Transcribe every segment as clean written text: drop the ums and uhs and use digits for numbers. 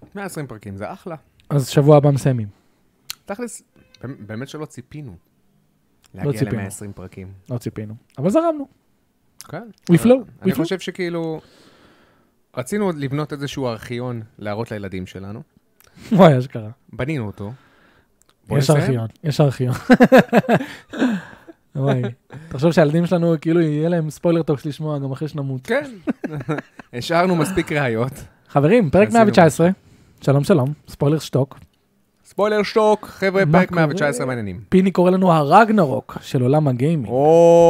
120 פרקים, זה אחלה. אז שבוע הבא מסיימים. תכלס, באמת שלא ציפינו. לא להגיע ציפינו. ל-120 פרקים. לא ציפינו. אבל זרמנו. כן. We flow. אני We flow. חושב שכאילו, רצינו לבנות איזשהו ארכיון להראות לילדים שלנו. וואי, אשכרה. בנינו אותו. בוא יש נסיים. ארכיון, יש ארכיון. וואי, תחשוב שהילדים שלנו, כאילו, יהיה להם ספוילר טוקס לשמוע גם אחרי שנמות. כן. השארנו מספיק ראיות. חברים, פרק עשינו 119, שלום שלום, ספוילר שטוק. ספוילר שטוק, חבר'ה, מה פרק קורה? 119 מעניינים. פיני קורא לנו הרגנרוק של עולם הגיימינג. הוא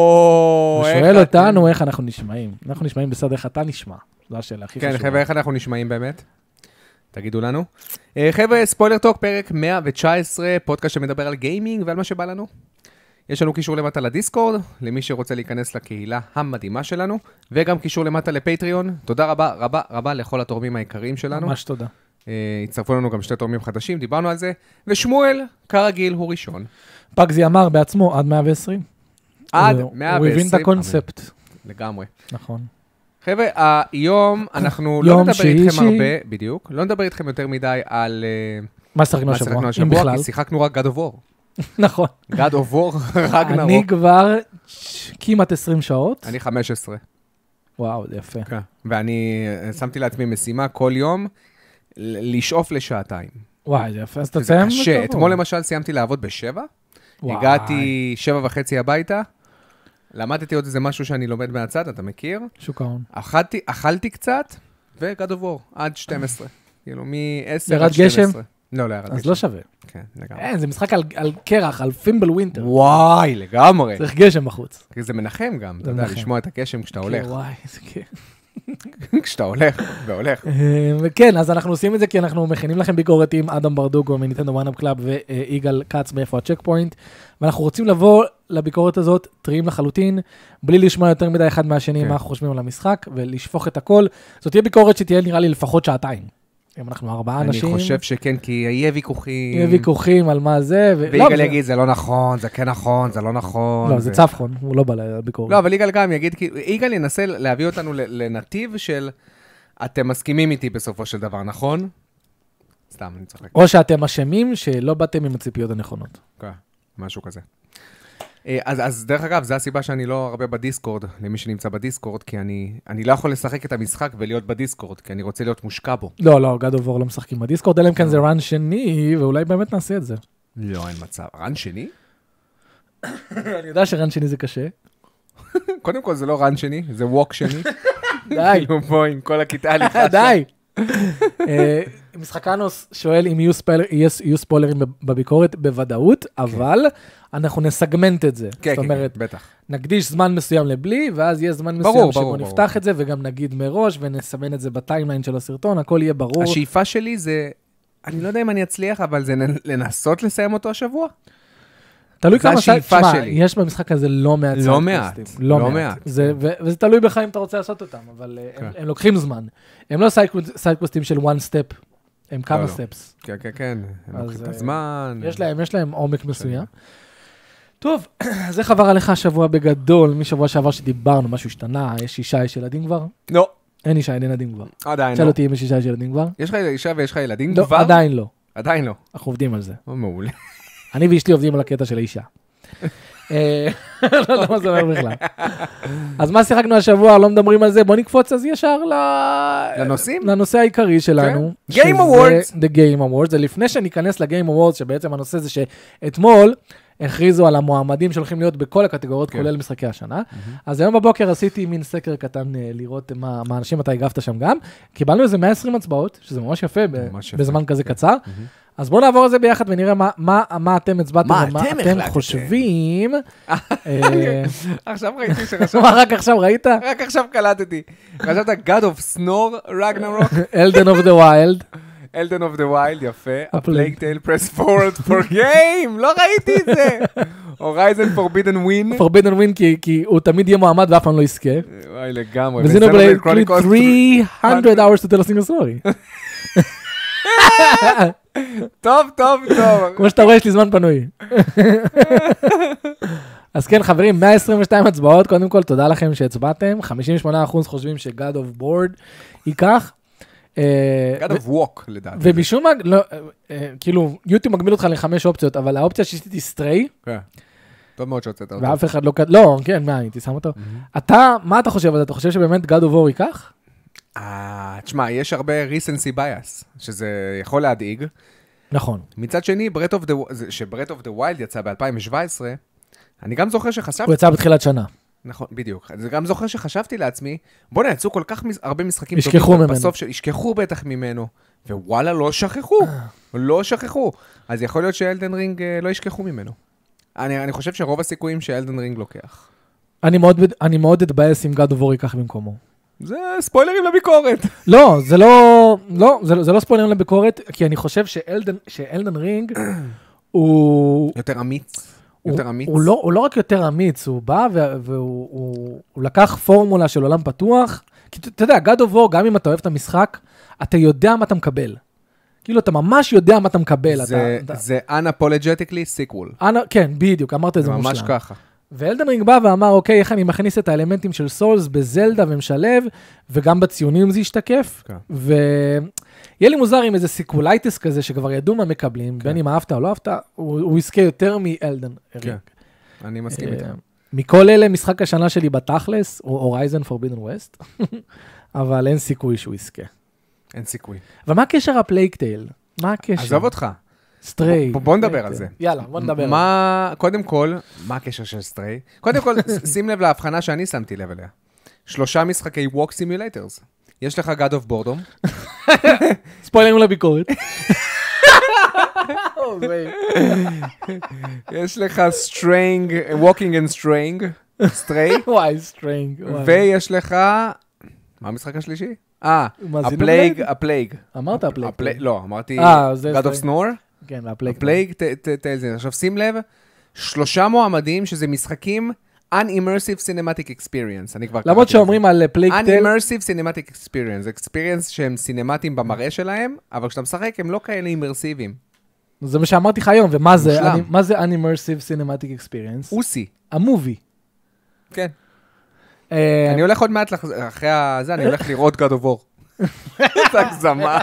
הוא שואל אותנו איך אנחנו נשמעים. אנחנו נשמעים בסדר, איך אתה נשמע. זו השאלה הכי כן, חשובה. חבר'ה, איך אנחנו נשמעים באמת? תגידו לנו. חבר'ה, ספוילר טוק, פרק 119, פודקאסט שמדבר על גיימינג ועל מה שבא לנו. יש לנו קישור למטה לדיסקורד, למי שרוצה להיכנס לקהילה המדהימה שלנו, וגם קישור למטה לפטריון. תודה רבה, רבה, רבה לכל התורמים העיקריים שלנו. ממש תודה. הצטרפו לנו גם 2 תורמים חדשים, דיברנו על זה, ושמואל, כרגיל, הוא ראשון. פגזי אמר בעצמו עד 120. עד הוא 120. הבין את הקונספט. לגמרי. נכון. חבר'ה, היום אנחנו לא יום נדבר איתכם שישי. הרבה, בדיוק, לא נדבר איתכם יותר מדי על מה שחקנו מה השבוע, שחקנו אם השבוע, בכלל. כי שיחקנו רק God of War. נכון. God of War, רגנרוק. אני כבר כמעט 20 שעות. אני 15. וואו, זה יפה. כן. ואני שמתי לעצמי משימה כל יום, לשאוף לשעתיים. וואי, זה יפה. אז זה תסיים. קשה. ותבוא. אתמול למשל סיימתי לעבוד ב7, וואי. הגעתי 7:30 הביתה, למדתי עוד איזה משהו שאני לומד מהצד, אתה מכיר? שוק ההון. אכלתי קצת, ו-God of War, עד 12. כאילו, מ-10 ירד עד 12. גשם? לא ירד אז גשם. לא שווה. כן, לגמרי. אין, זה משחק על קרח, על פימבל ווינטר. וואי, לגמרי. צריך גשם בחוץ. כי זה מנחם גם, אתה זה יודע, מנחם. לשמוע את הגשם כשאתה הולך. כן, וואי, איזה כיף. כשאתה הולך והולך. וכן, אז אנחנו עושים את זה כי אנחנו מכינים לכם ביקורת עם אדם ברדוגו מניטנדו וואנאפ קלאב ויגאל קאץ מאיפה הצ'ק פוינט, ואנחנו רוצים לבוא לביקורת הזאת טריים לחלוטין, בלי לשמוע יותר מדי אחד מהשני מה אנחנו חושבים על המשחק, ולשפוך את הכל. זאת תהיה ביקורת שתהיה נראה לי לפחות שעתיים. אם אנחנו 4 אנשים. אני חושב שכן, כי יהיה ויכוחים. יהיה ויכוחים על מה זה. ויגאל יגיד, זה לא נכון, זה כן נכון, זה לא נכון. לא, זה צפחון, הוא לא בא לביקורת. לא, אבל יגאל גם יגיד, יגאל ינסה להביא אותנו לנתיב של, אתם מסכימים איתי בסופו של דבר, נכון? סתם, אני צוחק. או שאתם אשמים שלא באתם עם הציפיות הנכונות. כן, משהו כזה. אז דרך אגב, זו הסיבה שאני לא הרבה בדיסקורד, למי שנמצא בדיסקורד, כי אני לא יכול לשחק את המשחק ולהיות בדיסקורד, כי אני רוצה להיות מושקע בו. לא, God of War לא משחקים בדיסקורד, אלא אם כן זה רן שני, ואולי באמת נעשה את זה. לא, אין מצב. רן שני? אני יודע שרן שני זה קשה. קודם כל זה לא רן שני, זה ווק שני. די. כאילו פה עם כל הכיתה הליכה. די. משחקנוס שואל אם יהיו ספוילרים בביקורת בוודאות, אבל אנחנו נסגמנט את זה. כן, זאת אומרת, בטח. נקדיש זמן מסוים לבלי, ואז יהיה זמן מסוים שבו נפתח את זה, וגם נגיד מראש, ונסמן את זה בטיימליין של הסרטון, הכל יהיה ברור. השאיפה שלי זה, אני לא יודע אם אני אצליח, אבל זה לנסות לסיים אותו השבוע. תלוי כמה השאיפה שלי. יש במשחק הזה לא מעט. לא מעט. לא מעט. וזה תלוי בך אם אתה רוצה לעשות אותם, אבל הם לוקחים זמן. הם לא סיידקווסטים של one step, הם כמה steps. כן, כן, כן. הם לוקחים את הזמן. יש להם עומק מסוים. טוב, אז איך עבר עליך השבוע בגדול, משבוע שעבר שדיברנו, משהו השתנה, יש אישה, יש ילדים כבר? לא. אין אישה, אין ילדים כבר. עדיין לא. שאל אותי אם יש אישה, יש ילדים כבר? יש לך אישה ויש לך ילדים לא, כבר? עדיין לא. עדיין לא. אנחנו עובדים על זה. מעולה. אני ואשתי עובדים על הקטע של האישה. לא יודע מה זה אומר בכלל. אז מה שיחקנו השבוע, לא מדברים על זה, בוא נקפוץ אז ישר לנושאים? לנושא העיקרי שלנו. Game Awards. The Game Awards, זה לפני שניכנס ל-Game Awards, שבעצם הנושא זה שאתמול הכריזו על המועמדים שהולכים להיות בכל הקטגוריות, כולל משחקי השנה. אז היום בבוקר עשיתי מין סקר קטן לראות מה אנשים אתה הגבת שם גם. קיבלנו איזה 120 הצבעות, שזה ממש יפה בזמן כזה קצר. אז בואו נעבור על זה ביחד ונראה מה אתם הצבעתם ומה אתם חושבים. עכשיו ראיתי שחשבת. מה, רק עכשיו ראית? רק עכשיו קלטתי. חשבת God of Snore, Ragnarok. Elden of the Wild. Elden of the Wild, יפה. A Plague Tale, Press Forward for Game. לא ראיתי את זה. Horizon Forbidden Win. Forbidden Win, כי הוא תמיד יהיה מועמד ואף פעם לא יזכה. וואי, לגמרי. וזינובלייד Chronicles 300 hours to tell a single story. טוב, טוב, טוב. כמו שאתה רואה, יש לי זמן פנוי. אז כן, חברים, 122 הצבעות. קודם כל, תודה לכם שהצבעתם. 58% חושבים ש-God of Board ייקח. God of Walk, לדעתי. ומשום מה, לא, כאילו, יוטיוב מגביל אותך ל5 אופציות, אבל האופציה שעשיתי סטריי, כן. טוב מאוד שהוצאת אותו. ואף אחד לא, כן, מה, הייתי שם אותו. מה אתה חושב על זה? אתה חושב שבאמת God of War ייקח? תשמע, יש הרבה recency bias, שזה יכול להדאיג. נכון. מצד שני, שברט אוף דה ווילד יצא ב-2017, אני גם זוכר שחשבתי... הוא יצא בתחילת שנה. נכון, בדיוק. אני גם זוכר שחשבתי לעצמי, בוא נעצו כל כך הרבה משחקים ישכחו ממנו. בסוף שישכחו בטח ממנו, ווואלה, לא שכחו. לא שכחו. אז יכול להיות שאלדן רינג לא ישכחו ממנו. אני חושב שרוב הסיכויים שאלדן רינג לוקח. אני מאוד אתבאס אם God of War ייקח במקומו. זה ספוילרים לביקורת. לא, זה לא ספוילרים לביקורת, כי אני חושב שאלדן רינג הוא... יותר אמיץ. הוא לא רק יותר אמיץ, הוא בא והוא לקח פורמולה של עולם פתוח, כי אתה יודע, God of War, גם אם אתה אוהב את המשחק, אתה יודע מה אתה מקבל. כאילו, אתה ממש יודע מה אתה מקבל. זה unapologetically sequel. כן, בדיוק, אמרת את זה מושלם. ממש ככה. ואלדן רינג בא ואמר, אוקיי, איך אני מכניס את האלמנטים של סולס בזלדה ומשלב, וגם בציונים זה ישתקף, ויהיה לי מוזר עם איזה סיקולייטס כזה, שכבר ידעו מה מקבלים, בין אם אהבת או לא אהבת, הוא יזכה יותר מאלדן רינג. אני מסכים איתך. מכל אלה, משחק השנה שלי בתכלס, הוא Horizon Forbidden West, אבל אין סיכוי שהוא יזכה. אין סיכוי. אבל מה הקשר הפלייק-טייל? מה הקשר? עזוב אותך. סטריי. בוא נדבר על זה. יאללה, בוא נדבר על זה. קודם כל, מה הקשר של סטריי? קודם כל, שים לב להבחנה שאני שמתי לב אליה. 3 משחקי Walk Simulators. יש לך God of Boredom. ספוילרים לביקורת. יש לך Walking and Straying. Stray. וואי, Straying. ויש לך... מה המשחק השלישי? הפלייג. אמרת הפלייג. לא, אמרתי God of Snore. כן, הפלייג. הפלייג, עכשיו שים לב, 3 מועמדים שזה משחקים Unimmersive Cinematic Experience. למרות שאומרים על פלייג טייל... Unimmersive Cinematic Experience. Experience שהם סינמטיים במראה שלהם, אבל כשאתה משחק הם לא כאלה אימרסיביים. זה מה שאמרתי לך היום, ומה זה? מה זה Unimmersive Cinematic Experience? אוסי. המובי. כן. אני הולך עוד מעט אחרי זה, אני הולך לראות God of War. זה הגזמה.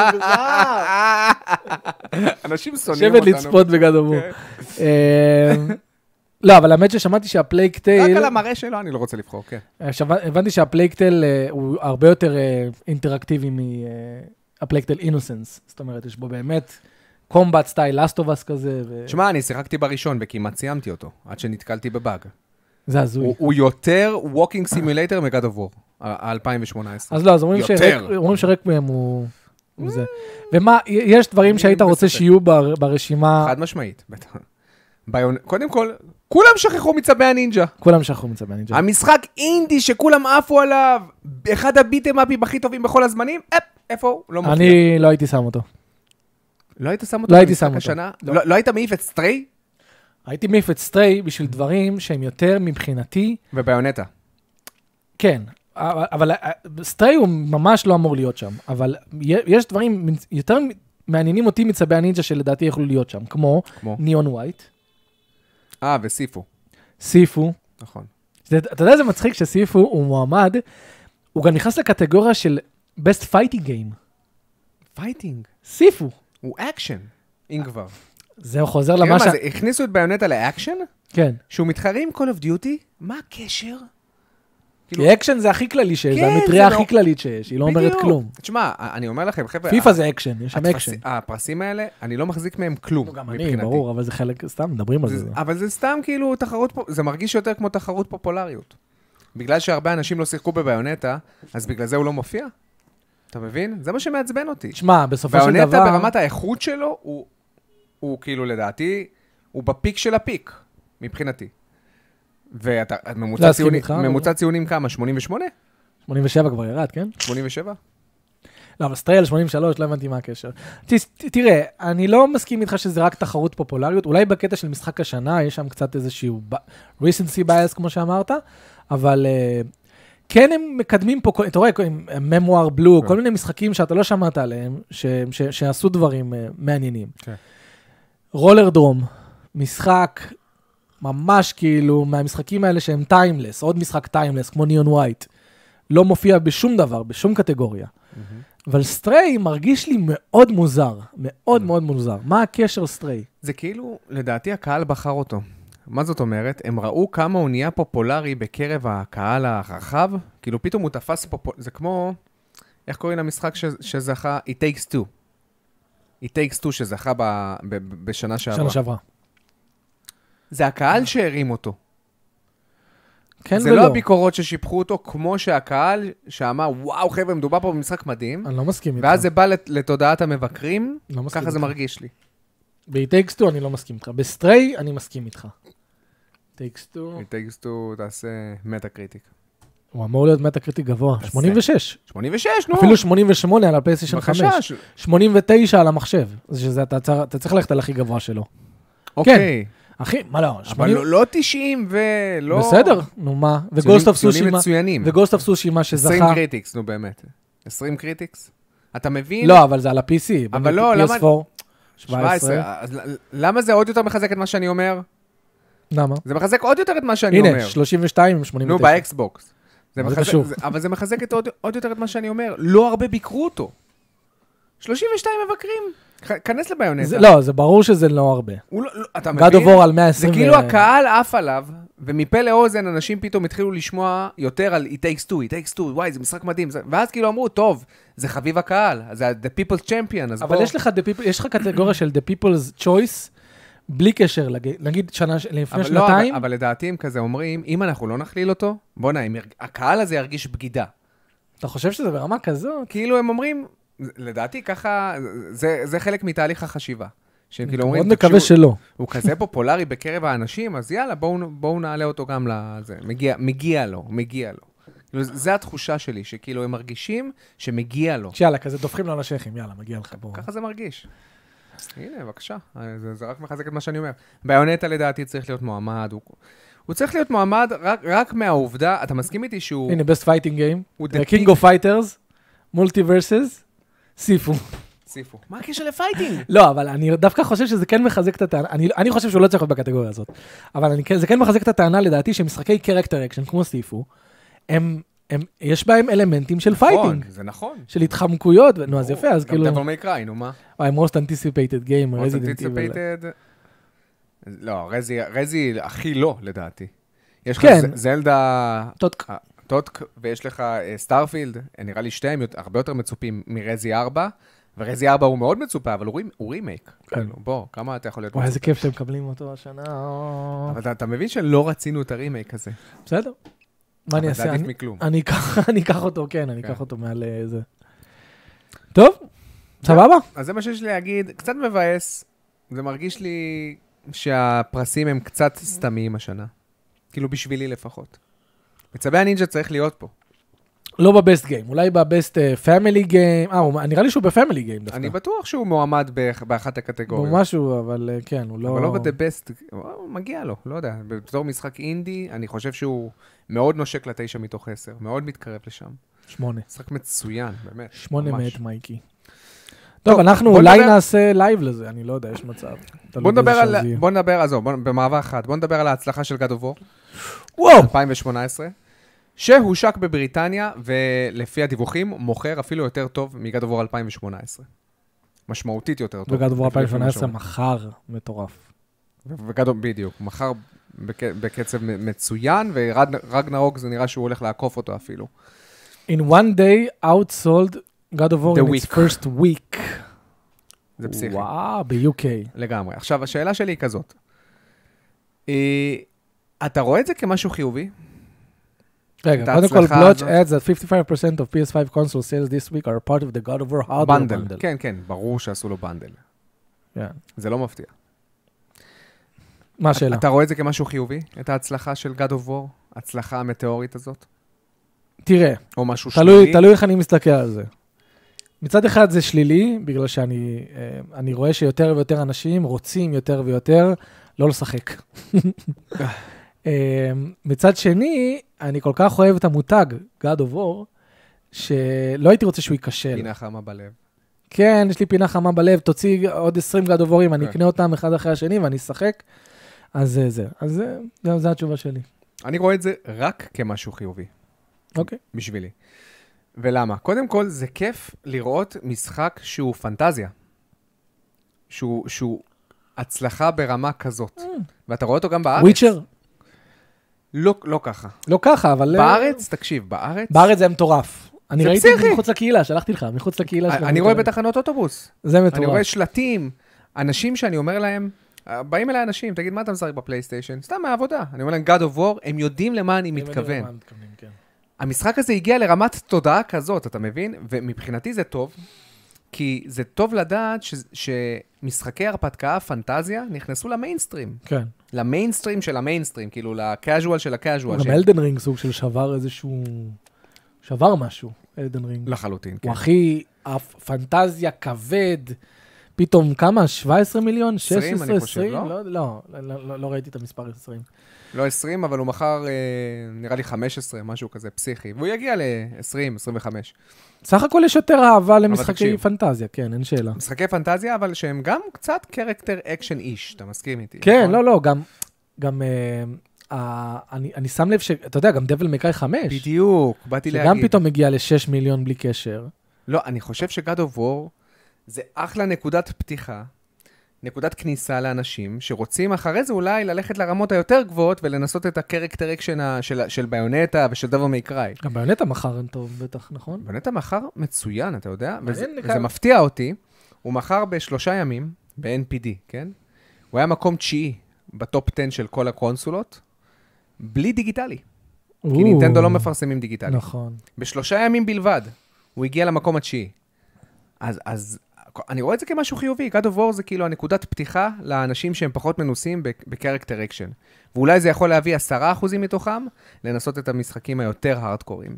אנשים שונאים אותנו. שבת לצפות ב-God of War. לא, אבל האמת ששמעתי שהפלייג טייל... רק על המראה שלו אני לא רוצה לבחור, כן. הבנתי שהפלייג טייל הוא הרבה יותר אינטראקטיבי מהפלייג טייל אינוסנס. זאת אומרת, יש בו באמת קומבט סטייל, Last of Us כזה. שמע, אני שיחקתי בראשון וכמעט סיימתי אותו, עד שנתקלתי בבאג. זה הזוי. הוא יותר Walking Simulator מ-God of War, 2018. אז לא, אז אומרים שרק מהם הוא זה. ומה, יש דברים שהיית רוצה שיהיו ברשימה... חד משמעית, בטח. קודם כל, כולם שכחו מצבי הנינג'ה. כולם שכחו מצבי הנינג'ה. המשחק אינדי שכולם עפו עליו, אחד הביטם-אפים הכי טובים בכל הזמנים, איפה הוא? לא מופיע. אני לא הייתי שם אותו. לא היית שם אותו? לא הייתי שם אותו. לא היית מעיף את סטריי? הייתי מעיף את סטריי בשביל דברים שהם יותר מבחינתי. וביונטה. כן, אבל סטריי הוא ממש לא אמור להיות שם, אבל יש דברים יותר מעניינים אותי מצבי הנינג'ה שלדעתי יכולו להיות שם, כמו ניאון ווייט. וסיפו. סיפו. נכון. אתה יודע איזה מצחיק שסיפו הוא מועמד, הוא גם נכנס לקטגוריה של best fighting game. פייטינג? סיפו. הוא אקשן, אם כבר. זהו, חוזר למה ש... הכניסו את ביונטה לאקשן? כן. שהוא מתחרה עם Call of Duty? מה הקשר? כי אקשן זה הכי כללי שיש, זה המטריה הכי כללית שיש, היא לא אומרת כלום. תשמע, אני אומר לכם, חבר'ה... פיפה זה אקשן, יש שם אקשן. הפרסים האלה, אני לא מחזיק מהם כלום. גם אני, ברור, אבל זה חלק, סתם, מדברים על זה. אבל זה סתם כאילו תחרות, זה מרגיש יותר כמו תחרות פופולריות. בגלל שהרבה אנשים לא שיחקו בביונטה, אז בגלל זה הוא לא מופיע? אתה מבין? זה מה שמעצבן אותי. תשמע, בסופו של דבר... ביונטה ברמת האיכות שלו, הוא כאילו לדעתי, הוא בפיק של הפיק, מבחינתי. וממוצע ציונים כמה? 88? 87 כבר ירד, כן? 87? לא, אבל סטרייל 83, לא הבנתי מה הקשר. תראה, אני לא מסכים איתך שזה רק תחרות פופולריות, אולי בקטע של משחק השנה, יש שם קצת איזשהו recency bias, כמו שאמרת, אבל כן הם מקדמים פה, אתה רואה, ממואר בלו, כל מיני משחקים שאתה לא שמעת עליהם, שעשו דברים מעניינים. רולר דרום, משחק ממש כאילו מהמשחקים האלה שהם טיימלס, עוד משחק טיימלס, כמו ניאון ווייט, לא מופיע בשום דבר, בשום קטגוריה. אבל סטריי מרגיש לי מאוד מוזר, מאוד מאוד מוזר. מה הקשר סטריי? זה כאילו, לדעתי הקהל בחר אותו. מה זאת אומרת? הם ראו כמה הוא נהיה פופולרי בקרב הקהל הרחב, כאילו פתאום הוא תפס זה כמו, איך קוראים למשחק שזכה? It Takes Two. It Takes Two שזכה בשנה שעברה. שנה שעברה. זה הקהל שהרים אותו. כן זה ולא. לא הביקורות ששיפחו אותו, כמו שהקהל שאמר, וואו חבר'ה, מדובר פה במשחק מדהים, אני לא מסכים איתך. ואז זה בא לתודעת המבקרים, לא מסכים ככה זה איתך. מרגיש לי. ב-Takes Two אני לא מסכים איתך. בסטריי אני מסכים איתך. Takes Two. It Takes Two תעשה מטה קריטיק. הוא אמור להיות מטה-קריטיק גבוה. 86. 86, נו. אפילו 88 על הפלייסטיישן 5. בבקשה. 89 על המחשב. שזה אתה צריך ללכת על הכי גבוה שלו. אוקיי. אחי, מה לא? אבל לא 90 ולא... בסדר, נו מה. וגוסט אוף ציונים סושימה. מצוינים. וגוסט אוף סושימה 20 שזכה. קריטיקס, נו באמת. 20 קריטיקס? אתה מבין? לא, אבל זה על ה-PC. אבל לא, למה... PS4. 17. אז למה זה עוד יותר מחזק את מה שאני אומר? למה? זה מחזק עוד יותר את מה שאני אומר. הנה, 32 עם 89. נו, באקסבוקס. מה זה קשור? אבל זה מחזק עוד יותר את מה שאני אומר. לא הרבה ביקרו אותו. 32 מבקרים. כנס לביונטה. לא, זה ברור שזה לא הרבה. אתה מבין? God of War על 120. זה כאילו הקהל עף עליו, ומפה לאוזן אנשים פתאום התחילו לשמוע יותר על It Takes Two, It Takes Two, וואי, זה משחק מדהים. ואז כאילו אמרו, טוב, זה חביב הקהל, זה The People's Champion. אבל יש לך קטגוריה של The People's Choice, בלי קשר, נגיד לפני שנתיים. אבל לדעתי הם כזה אומרים, אם אנחנו לא נכליל אותו, בוא נעים, הקהל הזה ירגיש בגידה. אתה חושב שזה ברמה כזאת? כאילו הם אומרים, לדעתי ככה, זה חלק מתהליך החשיבה. שהם כאילו מאוד אומרים, מקווה שלא. הוא כזה פופולרי בקרב האנשים, אז יאללה, בואו נעלה אותו גם לזה. מגיע לו. זה התחושה שלי, שכאילו הם מרגישים שמגיע לו. שיאללה, כזה דופכים לו על השכם, יאללה, מגיע לך בואו. ככה זה מרגיש. הנה, בבקשה, זה רק מחזק את מה שאני אומר. ביונטה לדעתי צריך להיות מועמד, הוא צריך להיות מועמד רק מהעובדה, אתה מסכים איתי שהוא... הנה, best fighting game, הוא King of Fighters, Multiverses, סיפו. מה הקשר לפייטינג? לא, אבל אני דווקא חושב שזה כן מחזק את הטענה, אני חושב שהוא לא צריך להיות בקטגוריה הזאת, אבל זה כן מחזק את הטענה לדעתי שמשחקי קרקטר אקשן כמו סיפו, יש בהם אלמנטים של פייטינג. זה נכון. של התחמקויות, נו אז יפה, אז כאילו... גם דבר מקראי, נו מה? most anticipated game, most Resident Evil. anticipated... לא, רזי הכי לא, לדעתי. יש לך זלדה... טוטק, ויש לך סטארפילד, נראה לי שתיהם הרבה יותר מצופים מרזי 4, ורזי 4 הוא מאוד מצופה, אבל הוא רימייק. בוא, כמה אתה יכול להיות מצופה? וואי, איזה כיף שהם מקבלים אותו השנה. אבל אתה מבין שלא רצינו את הרימייק הזה. בסדר. מה אני אעשה? זה עדיף מכלום. אני אקח אותו, כן, אני אקח אותו מעל זה. טוב, סבבה? אז זה מה שיש לי להגיד, קצת מבאס, זה מרגיש לי שהפרסים הם קצת סתמיים השנה. כאילו בשבילי לפחות. מצבי הנינג'ה צריך להיות פה. לא בבסט גיים, אולי בבסט פמילי גיים, נראה לי שהוא בפמילי גיים דווקא. אני בטוח שהוא מועמד באחת הקטגוריות. הוא משהו, אבל כן, הוא לא... אבל לא ב-The Best, מגיע לו, לא יודע. בתור משחק אינדי, אני חושב שהוא מאוד נושק ל9 מתוך 10, מאוד מתקרב לשם. 8. משחק מצוין, באמת. 8 מאת מייקי. טוב, אנחנו אולי נעשה לייב לזה, אני לא יודע, יש מצב. בוא נדבר, עזוב, במעבר אחד, בוא נדבר על ההצלחה של God of War. וואו! 2018. שהושק בבריטניה, ולפי הדיווחים, מוכר אפילו יותר טוב מ-God of War 2018. משמעותית יותר טוב. ו-God of War 2018 מחר מטורף. בדיוק, מחר בקצב מצוין, ורגנרוק זה נראה שהוא הולך לעקוף אותו אפילו. In one day, outsold God of War in its first week. זה פסיכי. וואו, ב-UK. לגמרי. עכשיו, השאלה שלי היא כזאת. אתה רואה את זה כמשהו חיובי? רגע, קודם כל, Blotch adds that 55% of PS5 console sales this week are part of the God of War hardware bundle. כן, כן, ברור שעשו לו בנדל. זה לא מפתיע. מה השאלה? אתה רואה את זה כמשהו חיובי? את ההצלחה של God of War? ההצלחה המטאורית הזאת? תראה, או משהו שלילי? תלוי איך אני מסתכל על זה. מצד אחד זה שלילי, בגלל שאני רואה שיותר ויותר אנשים רוצים יותר ויותר לא לשחק. מצד שני, אני כל כך אוהב את המותג God of War, שלא הייתי רוצה שהוא ייכשל. פינה חמה בלב. כן, יש לי פינה חמה בלב, תוציא עוד 20 God of War'ים, אני אקנה אותם אחד אחרי השני ואני אשחק. אז זה. אז זה התשובה שלי. אני רואה את זה רק כמשהו חיובי. אוקיי. בשבילי. ולמה? קודם כל, זה כיף לראות משחק שהוא פנטזיה. שהוא הצלחה ברמה כזאת. ואתה רואה אותו גם בארץ. וויצ'ר? לא ככה. לא ככה, אבל... בארץ, תקשיב, בארץ... בארץ זה מטורף. אני זה ראיתי פסיכי. מחוץ לקהילה, שלחתי לך, מחוץ לקהילה. אני רואה בתחנות אוטובוס. זה מטורף. אני רואה שלטים, אנשים שאני אומר להם, באים אליי אנשים, תגיד, מה אתה משחק בפלייסטיישן? סתם מהעבודה. אני אומר להם, God of War, הם יודעים למה אני מתכוון. המשחק הזה הגיע לרמת תודעה כזאת, אתה מבין? ומבחינתי זה טוב, כי זה טוב לדעת שמשחקי הרפתקה, פנטזיה, נכנסו למיינסטרים. כן. למיינסטרים של המיינסטרים, כאילו לקאז'ואל של הקאז'ואל. גם אלדן רינג סוג של שבר איזשהו... שבר משהו, אלדן רינג. לחלוטין, כן. הוא הכי פנטזיה כבד, פתאום כמה? 17 מיליון? 16, 20, אני חושב, 20? לא? לא ראיתי את המספר 20. לא 20, אבל הוא מחר, נראה לי 15, משהו כזה פסיכי. והוא יגיע ל-20, 25. סך הכל יש יותר אהבה למשחקי תקשיב. פנטזיה, כן, אין שאלה. משחקי פנטזיה, אבל שהם גם קצת קרקטר אקשן איש, אתה מסכים איתי? כן, נכון? לא, גם אני שם לב שאתה יודע, גם דבל מקראי 5, בדיוק, באתי להגיד. שגם פתאום מגיע ל-6 מיליון בלי קשר. לא, אני חושב ש-God of War זה אחלה נקודת פתיחה, נקודת כניסה לאנשים שרוצים אחרי זה אולי ללכת לרמות היותר גבוהות ולנסות את הקרקטר אקשן של ביונטה ושל דבל מקראי. גם ביונטה מחר טוב, בטח, נכון? ביונטה מחר מצוין, אתה יודע? וזה כמה. מפתיע אותי. הוא מחר ב3 ימים, ב-NPD, כן? הוא היה מקום 9 בטופ 10 של כל הקונסולות, בלי דיגיטלי. כי נינטנדו לא מפרסמים דיגיטלי. נכון. ב3 ימים בלבד, הוא הגיע למקום התשיעי. אז אני רואה את זה כמשהו חיובי. God of War זה כאילו הנקודת פתיחה לאנשים שהם פחות מנוסים בקרקטר אקשן. ואולי זה יכול להביא 10% מתוכם, לנסות את המשחקים היותר הארדקורים.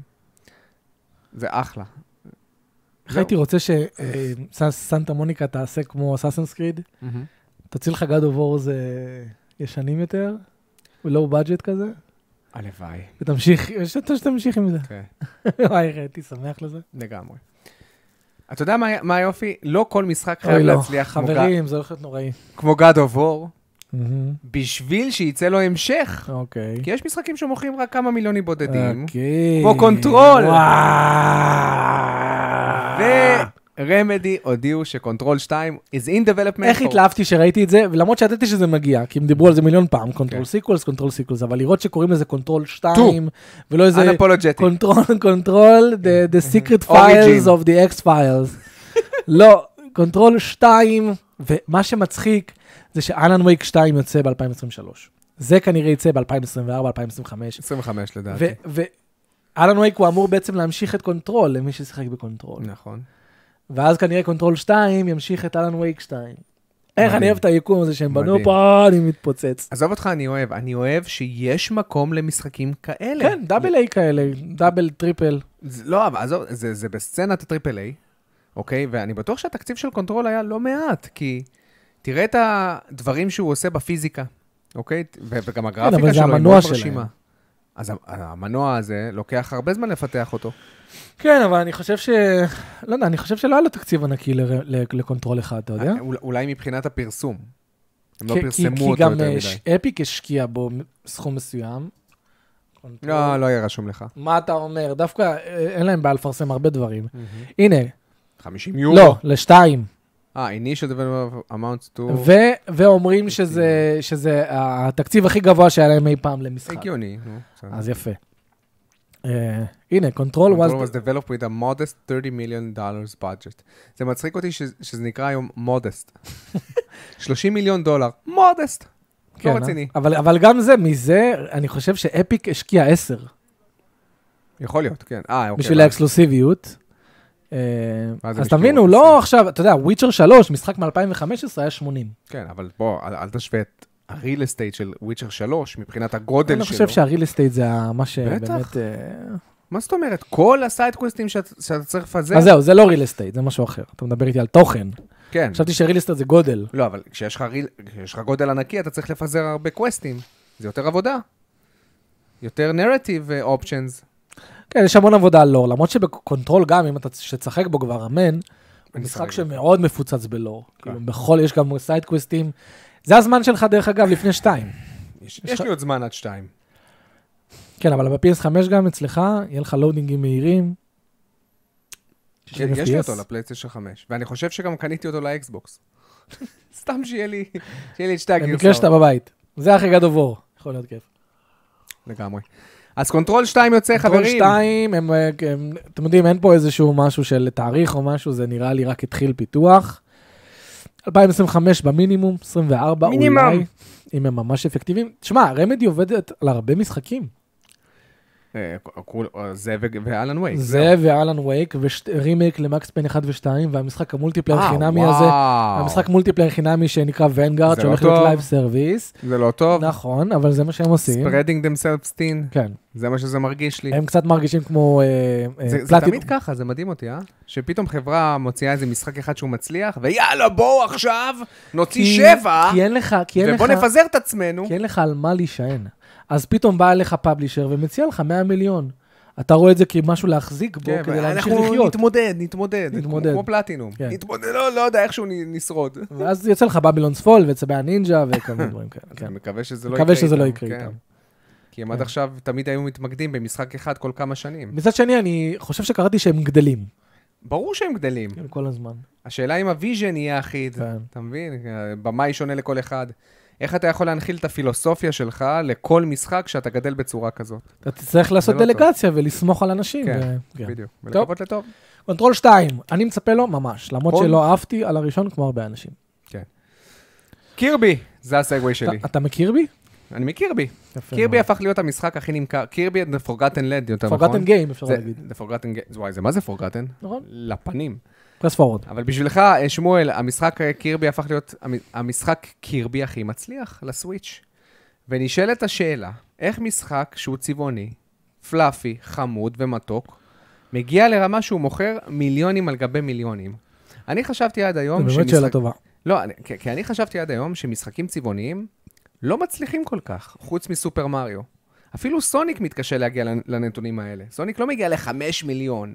זה אחלה. הייתי רוצה שסנטה מוניקה תעשה כמו אסאסינס קריד, תוציא לך God of War זה ישנים יותר, ולואו בדג'ט כזה. הלוואי. ותמשיך, שתמשיך עם זה. כן. וואי, הייתי שמח לזה. לגמרי. אתה יודע מה היופי? לא כל משחק חייב להצליח חברים, זה הולך להיות נוראי. כמו God of War, בשביל שיצא לו המשך. אוקיי. כי יש משחקים שמוכרים רק כמה מיליונים בודדים. אוקיי. כמו קונטרול. וואו. ורמדי הודיעו שקונטרול 2 is in development. איך התלהבתי שראיתי את זה, ולמרות שידעתי שזה מגיע, כי הם דיברו על זה מיליון פעם, קונטרול סיקוולס, קונטרול סיקוולס, אבל לראות שקוראים לזה קונטרול 2, ולא איזה קונטרול, the secret files of the X-Files. לא, קונטרול 2, ומה שמצחיק זה שאלן וייק 2 יוצא ב-2023. זה כנראה יצא ב-2024, 2025. 25 לדעתי. ואלן וייק הוא אמור בעצם להמשיך את קונטרול, למי ששיחק בקונטרול. נכון. ואז כנראה קונטרול 2 ימשיך את אלן וייק 2. איך אני אוהב את היקום הזה שהם בנו פה, אני מתפוצץ. עזוב אותך, אני אוהב שיש מקום למשחקים כאלה. כן, דאבל איי כאלה, דאבל, טריפל. לא, אבל עזוב, זה בסצנת הטריפל איי, אוקיי? ואני בטוח שהתקציב של קונטרול היה לא מעט, כי תראה את הדברים שהוא עושה בפיזיקה, אוקיי? וגם הגרפיקה שלו היא מאוד מרשימה. אז המנוע הזה לוקח הרבה זמן לפתח אותו. כן, אבל אני חושב לא יודע, אני חושב שלא היה לו תקציב ענקי לקונטרול אחד, אתה יודע? אולי מבחינת הפרסום. הם לא פרסמו אותו יותר מדי. כי גם אפיק השקיע בו סכום מסוים. לא יהיה רשום לך. מה אתה אומר? דווקא אין להם בעיה לפרסם הרבה דברים. הנה. 50 יורו? לא, לשתיים. initial development amounts to... ואומרים שזה התקציב הכי גבוה שהיה להם אי פעם למשחק. הגיוני. אז יפה. הנה, קונטרול was developed with a modest $30 million budget. זה מצחיק אותי שזה נקרא היום modest. $30 מיליון. modest. לא רציני. אבל גם זה, מזה, אני חושב שאפיק השקיע 10. יכול להיות, כן. בשביל האקסקלוסיביות. אז תבינו, לא עכשיו, אתה יודע, וויצ'ר 3, משחק מ-2015 היה 80. כן, אבל בוא, אל תשווה את הריל אסטייט של וויצ'ר 3, מבחינת הגודל שלו. אני חושב שהריל אסטייט זה מה שבאמת... בטח. מה זאת אומרת? כל הסייד קווסטים שאתה צריך לפזר... אז זהו, זה לא ריל אסטייט, זה משהו אחר. אתה מדבר איתי על תוכן. כן. חשבתי שריל אסטייט זה גודל. לא, אבל כשיש לך גודל ענקי, אתה צריך לפזר הרבה קווסטים. זה יותר עבודה. יותר נרטיב אופשנס. כן, יש המון עבודה על לור, למרות שבקונטרול גם, אם אתה שצחק בו כבר אמן, הוא משחק שמאוד מפוצץ בלור. כאילו, בכל, יש גם סייד קווסטים. זה הזמן שלך, דרך אגב, לפני 2. יש לי עוד זמן עד 2. כן, אבל ב-PS5 גם אצלך, יהיה לך לואודינגים מהירים. יש לי אותו לפלייסטיישן 5, ואני חושב שגם קניתי אותו לאקסבוקס. סתם שיהיה לי את שתי הגרסאות. במקרה שאתה בבית. זה הכי גד עבור. יכול להיות כיף. לגמרי. אז קונטרול 2 יוצא, חברים. קונטרול 2, אתם יודעים, אין פה איזשהו משהו של תאריך או משהו, זה נראה לי רק התחיל פיתוח. 2025 במינימום, 24 אולי, אם הם ממש אפקטיביים. תשמע, רמדי עובדת על הרבה משחקים. זה ואלן וייק. זה ואלן וייק, ורימייק למקס פיין 1 ו-2, והמשחק המולטיפלייר חינמי הזה, המשחק מולטיפלייר חינמי שנקרא ונגארד, שהולך להיות לייב סרוויס. זה לא טוב. נכון, אבל זה מה שהם עושים. Spreading themselves thin. כן. זה מה שזה מרגיש לי. הם קצת מרגישים כמו זה תמיד ככה, זה מדהים אותי, שפתאום חברה מוציאה איזה משחק אחד שהוא מצליח, ויאללה, בואו עכשיו, נוציא 7, ובוא נפזר את עצמנו. כי אין לך על מה להישען. אז פתאום בא אליך פאבלישר ומציע לך 100 מיליון. אתה רואה את זה כמשהו להחזיק בו, כדי להמשיך לחיות. אנחנו נתמודד, כמו פלטינום. נתמודד, לא יודע איכשהו נשרוד. ואז יוצא לך בבילונס פול וצבי הנינג'ה וכמה דברים כאלה. אני מקווה שזה לא יקרה איתם. כי הם עד עכשיו תמיד היו מתמקדים במשחק אחד כל כמה שנים. מצד שני, אני חושב שקראתי שהם גדלים. ברור שהם גדלים. כל הזמן. השאלה אם הוויז'ן יהיה אחיד, אתה מבין? במאי שונה לכל אחד. איך אתה יכול להנחיל את הפילוסופיה שלך לכל משחק שאתה גדל בצורה כזאת? אתה תצטרך לעשות דלגציה ולסמוך על אנשים. כן, בדיוק. ולקוות לטוב. קונטרול 2, אני מצפה לו ממש, למרות שלא אהבתי על הראשון כמו הרבה אנשים. כן. קירבי, זה הסגווי שלי. אתה מכיר בי? אני מכיר בי. קירבי הפך להיות המשחק הכי נמכר. קירבי The Forgotten Land, יותר נכון? Forgotten Game, אפשר להגיד. The Forgotten Game. וואי, זה מה זה Forgotten? נכון. לפנים. פרס פורוד. אבל בשבילך, שמואל, המשחק קירבי הפך להיות המשחק קירבי הכי מצליח לסוויץ'. ונשאלת השאלה, איך משחק שהוא צבעוני, פלאפי, חמוד ומתוק, מגיע לרמה שהוא מוכר מיליונים על גבי מיליונים? אני חשבתי עד היום... זה באמת שאלה טובה. לא, כי אני חשבתי עד היום שמשחקים צבעוניים לא מצליחים כל כך, חוץ מסופר מריו. אפילו סוניק מתקשה להגיע לנתונים האלה. סוניק לא מגיע ל5 מיליון.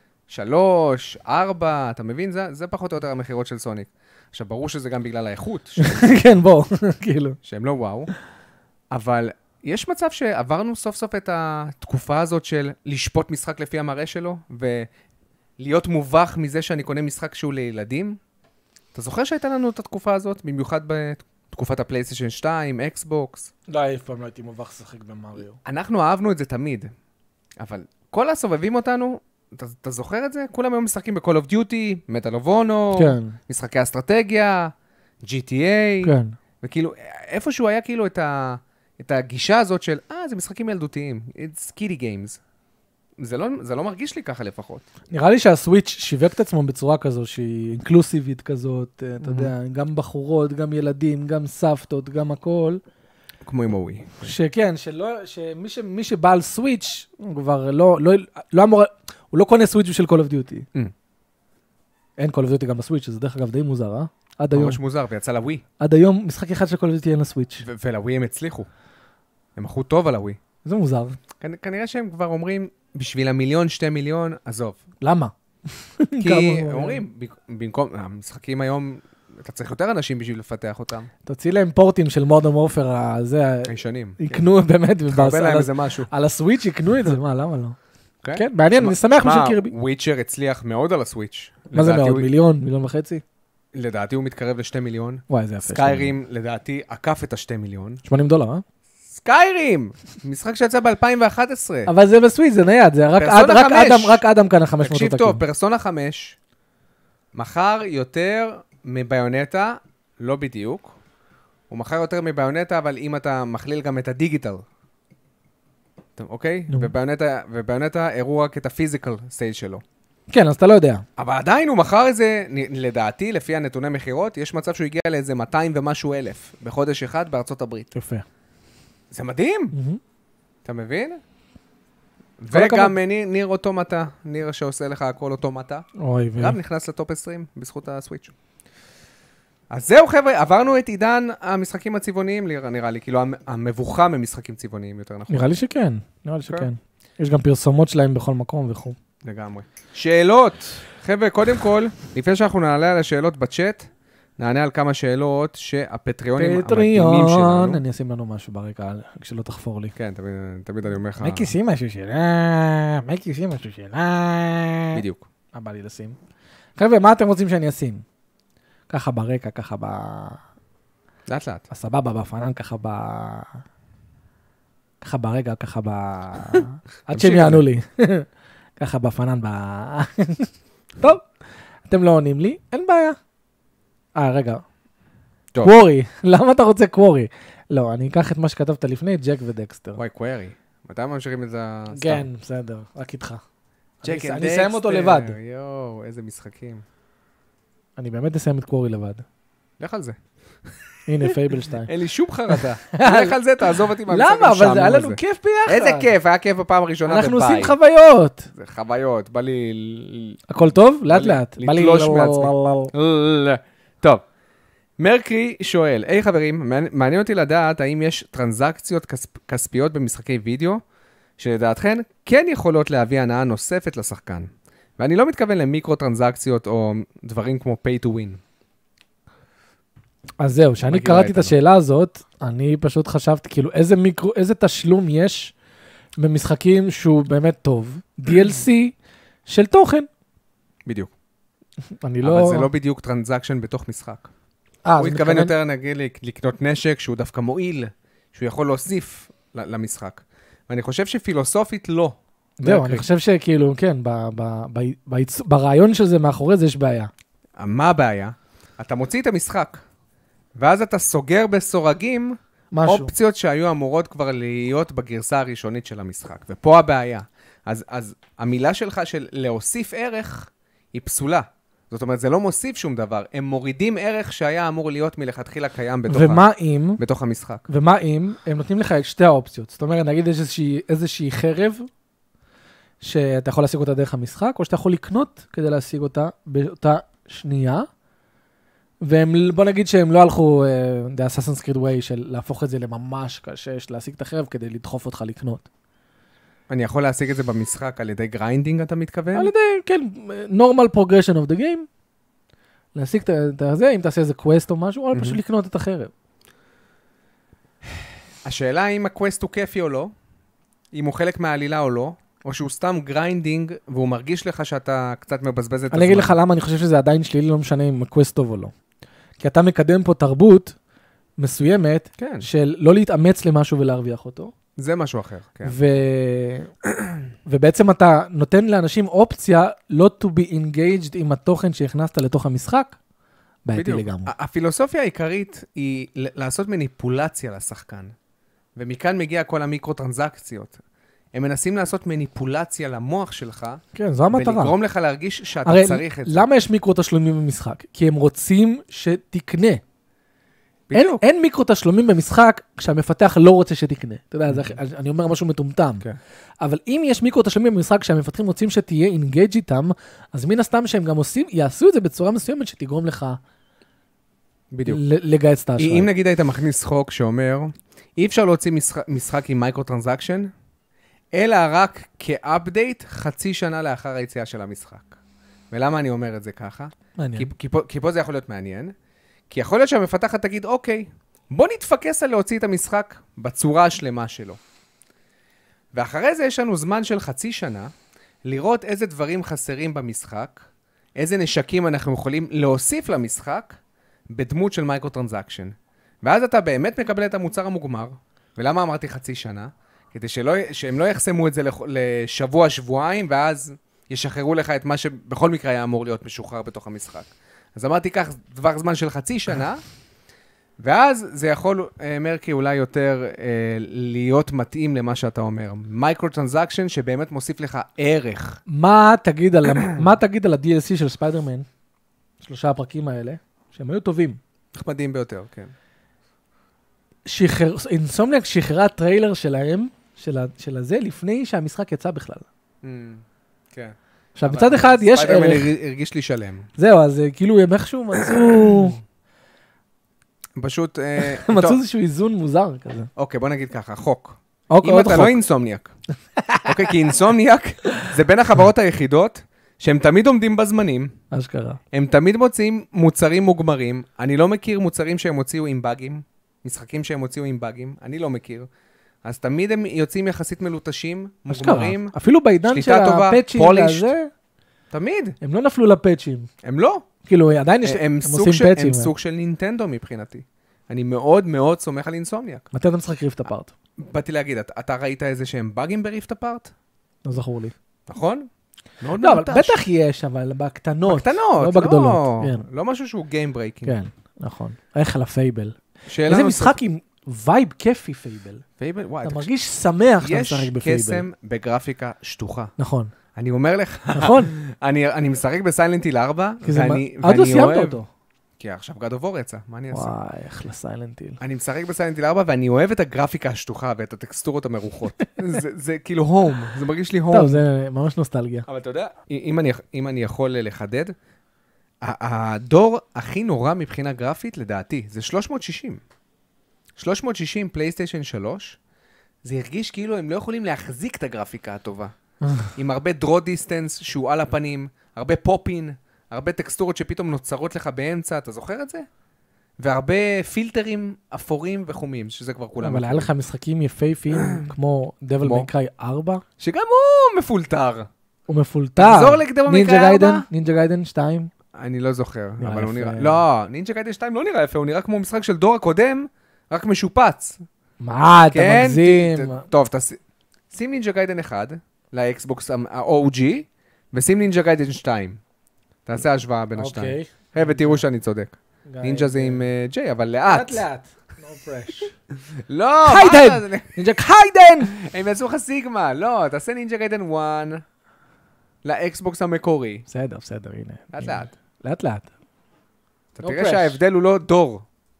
3, 4, אתה מבין? זה פחות או יותר המחירות של סוניק. עכשיו, ברור שזה גם בגלל האיכות. כן, בוא, כאילו. שהם לא וואו. אבל יש מצב שעברנו סוף סוף את התקופה הזאת של לשפוט משחק לפי המראה שלו, ולהיות מובך מזה שאני קונה משחק שהוא לילדים. אתה זוכר שהייתה לנו את התקופה הזאת, במיוחד בתקופת הפלייסטיישן 2, אקסבוקס? לא, אף פעם לא הייתי מובך לשחק במריו. אנחנו אהבנו את זה תמיד. אבל כל הסובבים אותנו, אתה זוכר את זה? כולם היום משחקים ב-Call of Duty, Medal of Honor, כן. משחקי אסטרטגיה, GTA, כן. וכאילו, איפשהו היה כאילו את הגישה הזאת של, זה משחקים ילדותיים, it's kiddie games. זה לא מרגיש לי ככה לפחות. נראה לי שהסוויץ' שיווק את עצמו בצורה כזו, שהיא אינקלוסיבית כזאת, אתה יודע, גם בחורות, גם ילדים, גם סבתות, גם הכל. כמו עם הווי. שכן, שמי שבא על סוויץ', הוא כבר לא אמור, הוא לא קונה סוויץ' של Call of Duty. אין Call of Duty גם בסוויץ', זה דרך אגב די מוזר, עד היום. ממש מוזר, ויצא לווי. עד היום, משחק אחד של Call of Duty אין לסוויץ'. ולווי הם הצליחו. הם מכרו טוב על הווי. זה מוזר. כנראה שהם כבר אומרים, בשביל 1 מיליון, 2 מיליון, עזוב. למה? כי אומרים, במקום, המשחקים היום, אתה צריך יותר אנשים בשביל לפתח אותם. תוציא להם פורטים של מודרן וורפר, זה... הישנים. יקנו באמת, תחרבה להם איזה משהו. על הסוויץ' יקנו את זה, מה, למה לא? כן, מעניין, אני שמח בשביל קירבי. וויצ'ר הצליח מאוד על הסוויץ'. מה זה מאוד? מיליון, מיליון וחצי? לדעתי הוא מתקרב ל2 מיליון. וואי, זה יפה. סקיירים, לדעתי, עקף את ה2 מיליון. $80, סקיירים! משחק שיצא ב-2011. אבל זה בסוויץ', זה נייד, זה רק אדם כאן 500 עותקים. תקשיב טוב, פרסונה 5 מחר יותר מביונטה, לא בדיוק. הוא מחר יותר מביונטה, אבל אם אתה מכליל גם את הדיגיטל. אוקיי? וביונטה הראו רק את הפיזיקל סטייג' שלו. כן, אז אתה לא יודע. אבל עדיין הוא מחר איזה, לדעתי, לפי הנתוני מחירות, יש מצב שהוא הגיע לאיזה 200 ומשהו אלף בחודש אחד בארצות הברית. יפה. זה מדהים. אתה מבין? וגם ניר אוטומטה, ניר שעושה לך הכל אוטומטה. גם נכנס לטופ 20 בזכות הסוויץ'. אז זהו חבר'ה, עברנו את עידן המשחקים הצבעוניים, נראה לי, כאילו המבוכה ממשחקים צבעוניים יותר נכון. נראה לי שכן, יש גם פרסומות שלהם בכל מקום וכו'. לגמרי. שאלות. חבר'ה, קודם כל, לפני שאנחנו נעלה על השאלות בצ'אט, נענה על כמה שאלות שהפטריונים המדהימים שלנו. אני אשים לנו משהו ברקע, כשלא תחפור לי. כן, תמיד אני אומר לך... מייקי שים משהו שאלה, בדיוק. מה בא לי לשים? חבר'ה, מה אתם רוצים שאני אשים? ככה ברקע, ככה לאט לאט. בסבבה, בפנן, ככה ככה ברגע, ככה עד שהם יענו לי. ככה בפנן, טוב, אתם לא עונים לי, אין בעיה. רגע. קוורי, למה אתה רוצה קוורי? לא, אני אקח את מה שכתבת לפני, ג'ק ודקסטר. וואי, קוורי. מתי ממשיכים את זה סתם? כן, בסדר, רק איתך. ג'ק ודקסטר. אני אסיים אותו לבד. יואו, איזה משחקים. אני באמת אסיים את קוורי לבד. לך על זה. הנה, פייבלשטיין. אין לי שום חרטה. לך על זה, תעזוב אותי מהמשחק למה? אבל זה היה לנו כיף ביחד. איזה כיף, היה כיף בפעם הראשונה. אנחנו עושים חוויות. זה חוויות, בא לי... הכל טוב? לאט לאט. לתלוש מעצמי. טוב. מרקרי שואל, היי חברים, מעניין אותי לדעת האם יש טרנזקציות כספיות במשחקי וידאו, שלדעתכן כן יכולות להביא הנאה נוספת לשחקן. ואני לא מתכוון למיקרו טרנזקציות או דברים כמו pay to win. אז זהו, כשאני קראתי את השאלה הזאת, אני פשוט חשבתי, כאילו, איזה תשלום יש במשחקים שהוא באמת טוב? DLC של תוכן. בדיוק. אני לא... אבל זה לא בדיוק טרנזקשן בתוך משחק. הוא התכוון יותר, נגיד, לקנות נשק שהוא דווקא מועיל, שהוא יכול להוסיף למשחק. ואני חושב שפילוסופית לא. זהו, אני חושב שכאילו, כן, ברעיון של זה מאחורי זה יש בעיה. מה הבעיה? אתה מוציא את המשחק, ואז אתה סוגר בסורגים אופציות שהיו אמורות כבר להיות בגרסה הראשונית של המשחק. ופה הבעיה. אז המילה שלך של להוסיף ערך היא פסולה. זאת אומרת, זה לא מוסיף שום דבר. הם מורידים ערך שהיה אמור להיות מלכתחילה קיים בתוך המשחק. ומה אם הם נותנים לך את שתי האופציות? זאת אומרת, נגיד איזושהי חרב, שאתה יכול להשיג אותה דרך המשחק, או שאתה יכול לקנות כדי להשיג אותה באותה שנייה, ובוא נגיד שהם לא הלכו The Assassin's Creed Way של להפוך את זה לממש קשה, של להשיג את החרב כדי לדחוף אותך לקנות. אני יכול להשיג את זה במשחק על ידי גריינדינג, אתה מתכוון? על ידי, כן, normal progression of the game. להשיג את זה, אם תעשה איזה קווסט או משהו, או פשוט לקנות את החרב. השאלה האם הקווסט הוא כיפי או לא, אם הוא חלק מהעלילה או לא, או שהוא סתם גריינדינג, והוא מרגיש לך שאתה קצת מבזבז את הזמן. אני אגיד לך למה אני חושב שזה עדיין שלילי, לא משנה אם הקווסט טוב או לא. כי אתה מקדם פה תרבות מסוימת, כן. של לא להתאמץ למשהו ולהרוויח אותו. זה משהו אחר, כן. ובעצם אתה נותן לאנשים אופציה לא to be engaged עם התוכן שהכנסת לתוך המשחק, בעייתי לגמרי. הפילוסופיה העיקרית היא לעשות מניפולציה לשחקן, ומכאן מגיע כל המיקרו-טרנזקציות. הם מנסים לעשות מניפולציה למוח שלך, כן, זו המטרה. ולגרום לך להרגיש שאתה צריך את זה. למה יש מיקרו-תשלומים במשחק? כי הם רוצים שתקנה. אין מיקרו-תשלומים במשחק כשהמפתח לא רוצה שתקנה. אתה יודע, אני אומר משהו מטומטם. אבל אם יש מיקרו-תשלומים במשחק שהמפתחים רוצים שתהיה אינגייג' איתם, אז מן הסתם שהם גם יעשו את זה בצורה מסוימת שתגרום לך לגייס את האשראי. אם נגיד היית מכניס חוק שאומר, אי אפשר להוציא משחק עם מייקרו-טרנזקשן, אלא רק כאפדייט חצי שנה לאחר היציאה של המשחק. ולמה אני אומר את זה ככה? מעניין. כי פה זה יכול להיות מעניין. כי יכול להיות שהמפתחת תגיד, אוקיי, בוא נתפקס על להוציא את המשחק בצורה השלמה שלו. ואחרי זה יש לנו זמן של חצי שנה, לראות איזה דברים חסרים במשחק, איזה נשקים אנחנו יכולים להוסיף למשחק, בדמות של מייקרו-טרנזקשן. ואז אתה באמת מקבל את המוצר המוגמר. ולמה אמרתי חצי שנה? כדי שהם לא יחסמו את זה לשבוע, שבועיים, ואז ישחררו לך את מה שבכל מקרה היה אמור להיות משוחרר בתוך המשחק. אז אמרתי, כך דבר זמן של חצי שנה, ואז זה יכול, מרקי, אולי יותר להיות מתאים למה שאתה אומר. מייקרו-טרנזקשן שבאמת מוסיף לך ערך. מה תגיד על ה-DLC של ספיידרמן? 3 הפרקים האלה, שהם היו טובים. נחמדים ביותר, כן. אינסומניאק שחררה טריילר שלהם, של הזה, לפני שהמשחק יצא בכלל. כן. עכשיו, מצד אחד יש ערך... ספיידרמן הרגיש לי שלם. זהו, אז כאילו הם איכשהו מצאו... פשוט... מצאו איזשהו איזון מוזר כזה. אוקיי, בוא נגיד ככה, חוק. אם אתה לא אינסומניאק. אוקיי, כי אינסומניאק זה בין החברות היחידות שהם תמיד עומדים בזמנים. אשכרה. הם תמיד מוציאים מוצרים מוגמרים. אני לא מכיר מוצרים שהם הוציאו עם באגים. משחקים שהם הוציאו עם באגים. אני לא מכיר. אז תמיד הם יוצאים יחסית מלוטשים, מוגמרים. אפילו בעידן של הפאצ'ים הזה. תמיד. הם לא נפלו לפאצ'ים. הם לא. כאילו, עדיין הם עושים פאצ'ים. הם סוג של נינטנדו מבחינתי. אני מאוד מאוד סומך על אינסומניאק. מתי אתה משחק ריפט אפארט? באתי להגיד, אתה ראית איזה שהם באגים בריפט אפארט? לא זכור לי. נכון? לא, אבל בטח יש, אבל בקטנות. בקטנות, לא בגדולות. לא משהו שהוא גיים ברייקינג. כן, נכון. איך על הפייבל. איזה משחק עם וייב כיפי פייבל. פייבל, וואי. אתה מרגיש שמח שאתה משחק בפייבל. יש קסם בגרפיקה שטוחה. נכון. אני אומר לך, נכון. אני משחק בסיילנט היל 4, עוד לא סיימת אותו. כי עכשיו God of War יצא, מה אני אעשה? וואי, איך לסיילנט היל. אני משחק בסיילנט היל 4 ואני אוהב את הגרפיקה השטוחה ואת הטקסטורות המרוחות. זה כאילו הום, זה מרגיש לי הום. טוב, זה ממש נוסטלגיה. אבל אתה יודע, אם אני יכול לחדד, הדור הכי נורא מבחינה גרפית לדעתי, זה 360. 360 פלייסטיישן 3, זה הרגיש כאילו הם לא יכולים להחזיק את הגרפיקה הטובה. עם הרבה draw distance שהוא על הפנים, הרבה פופין, הרבה טקסטורות שפתאום נוצרות לך באמצע, אתה זוכר את זה? והרבה פילטרים אפורים וחומים, שזה כבר כולם. אבל היה לך משחקים יפהפיים כמו Devil May Cry 4? שגם הוא מפולטר. הוא מפולטר. תחזור לדבר מקרה 4? נינג'ה גיידן 2? אני לא זוכר, אבל הוא נראה... לא, נינג'ה גיידן 2 לא נראה יפה, הוא נראה כמו משחק של דור הקודם, רק משופץ. מה, אתה מגזים? טוב, שים נינג'ה גיידן 1 לאקסבוקס ה-OG, ושים נינג'ה גיידן 2. תעשה השוואה בין השתיים. ותראו שאני צודק. נינג'ה זה עם ג'יי, אבל לאט. לאט. No pressure. לא, קיידן! נינג'ה קיידן! הם יעשו לך סיגמה. לא, תעשה נינג'ה גיידן 1 לאקסבוקס המקורי. בסדר, הנה. לאט לאט. לאט לאט. אתה תראה שההבדל הוא לא דור.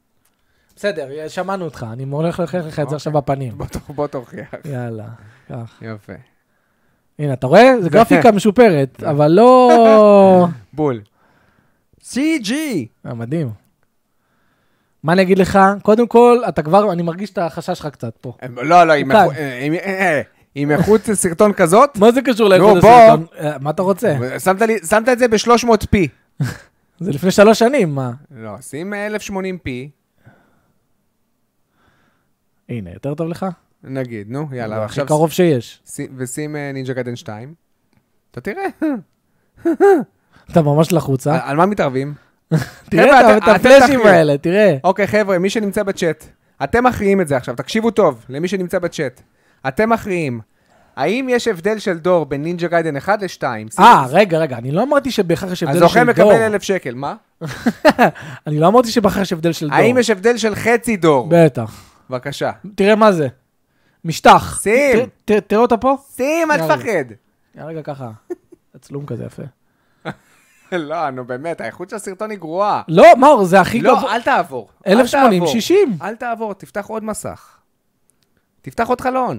בסדר, שמענו אותך. אני הולך להוכיח לך את זה עכשיו בפנים. בוא תוכיח. יאללה, כך. יפה. הנה, אתה רואה? זה גרפיקה משופרת, אבל לא... בול. CG! מדהים. מה אני אגיד לך? קודם כל, אתה כבר, אני מרגיש את החשש שלך קצת פה. לא, עם איכות סרטון כזאת? מה זה קשור לאיכות הסרטון? מה אתה רוצה? שמת את זה ב-300p. זה לפני 3 שנים, מה? לא, שים 1080p. הנה, יותר טוב לך? נגיד, נו, יאללה. הכי קרוב שיש. ושים נינג'ה גיידן 2. אתה תראה. אתה ממש לחוצה. על מה מתערבים? תראה את הפלאשים האלה, תראה. אוקיי, חבר'ה, מי שנמצא בצ'אט, אתם מכריעים את זה עכשיו, תקשיבו טוב למי שנמצא בצ'אט. אתם מכריעים. האם יש הבדל של דור בין נינג'ה גיידן 1 ל-2? רגע, אני לא אמרתי שבהכרח יש הבדל של דור. הזוכה מקבל 1,000 שקל, מה? אני לא אמרתי שבהכרח יש הבדל של דור. האם יש הבדל של חצי דור? בטח. בבקשה. תראה מה זה. משטח. שים. תראה אותה פה? שים, אל תפחד. רגע ככה. הצלום כזה יפה. לא, נו באמת, האיכות של הסרטון היא גרועה. לא, מאור, זה הכי גבוה. לא, אל תעבור. 1080, 60. אל תעבור, תפתח עוד מסך. תפתח עוד חלון.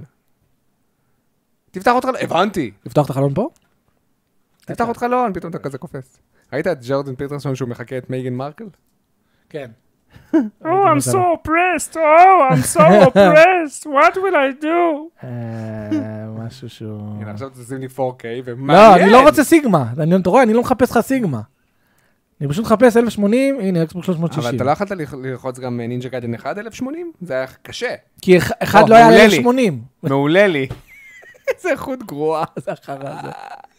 הבנתי. תפתח את החלון פה? תפתח עוד חלון, פתאום אתה כזה קופץ. ראית את ג'ורדן פיטרסון שהוא מחכה את מייגן מרקל? כן. Oh, I'm so oppressed. Oh, I'm so oppressed. What will I do? משהו שהוא... הנה, עכשיו תשים לי 4K ומעניין. לא, אני לא רוצה סיגמה. אתה רואה, אני לא מחפש לך סיגמה. אני פשוט מחפש 1080, הנה, אקסבוקס 360. אבל אתה לא יכולת ללחוץ גם נינג'ה גיידן 1 1080? זה היה קשה. כי אחד לא היה 1080. מעולה לי. איזה איכות גרועה. זה אחרה זה.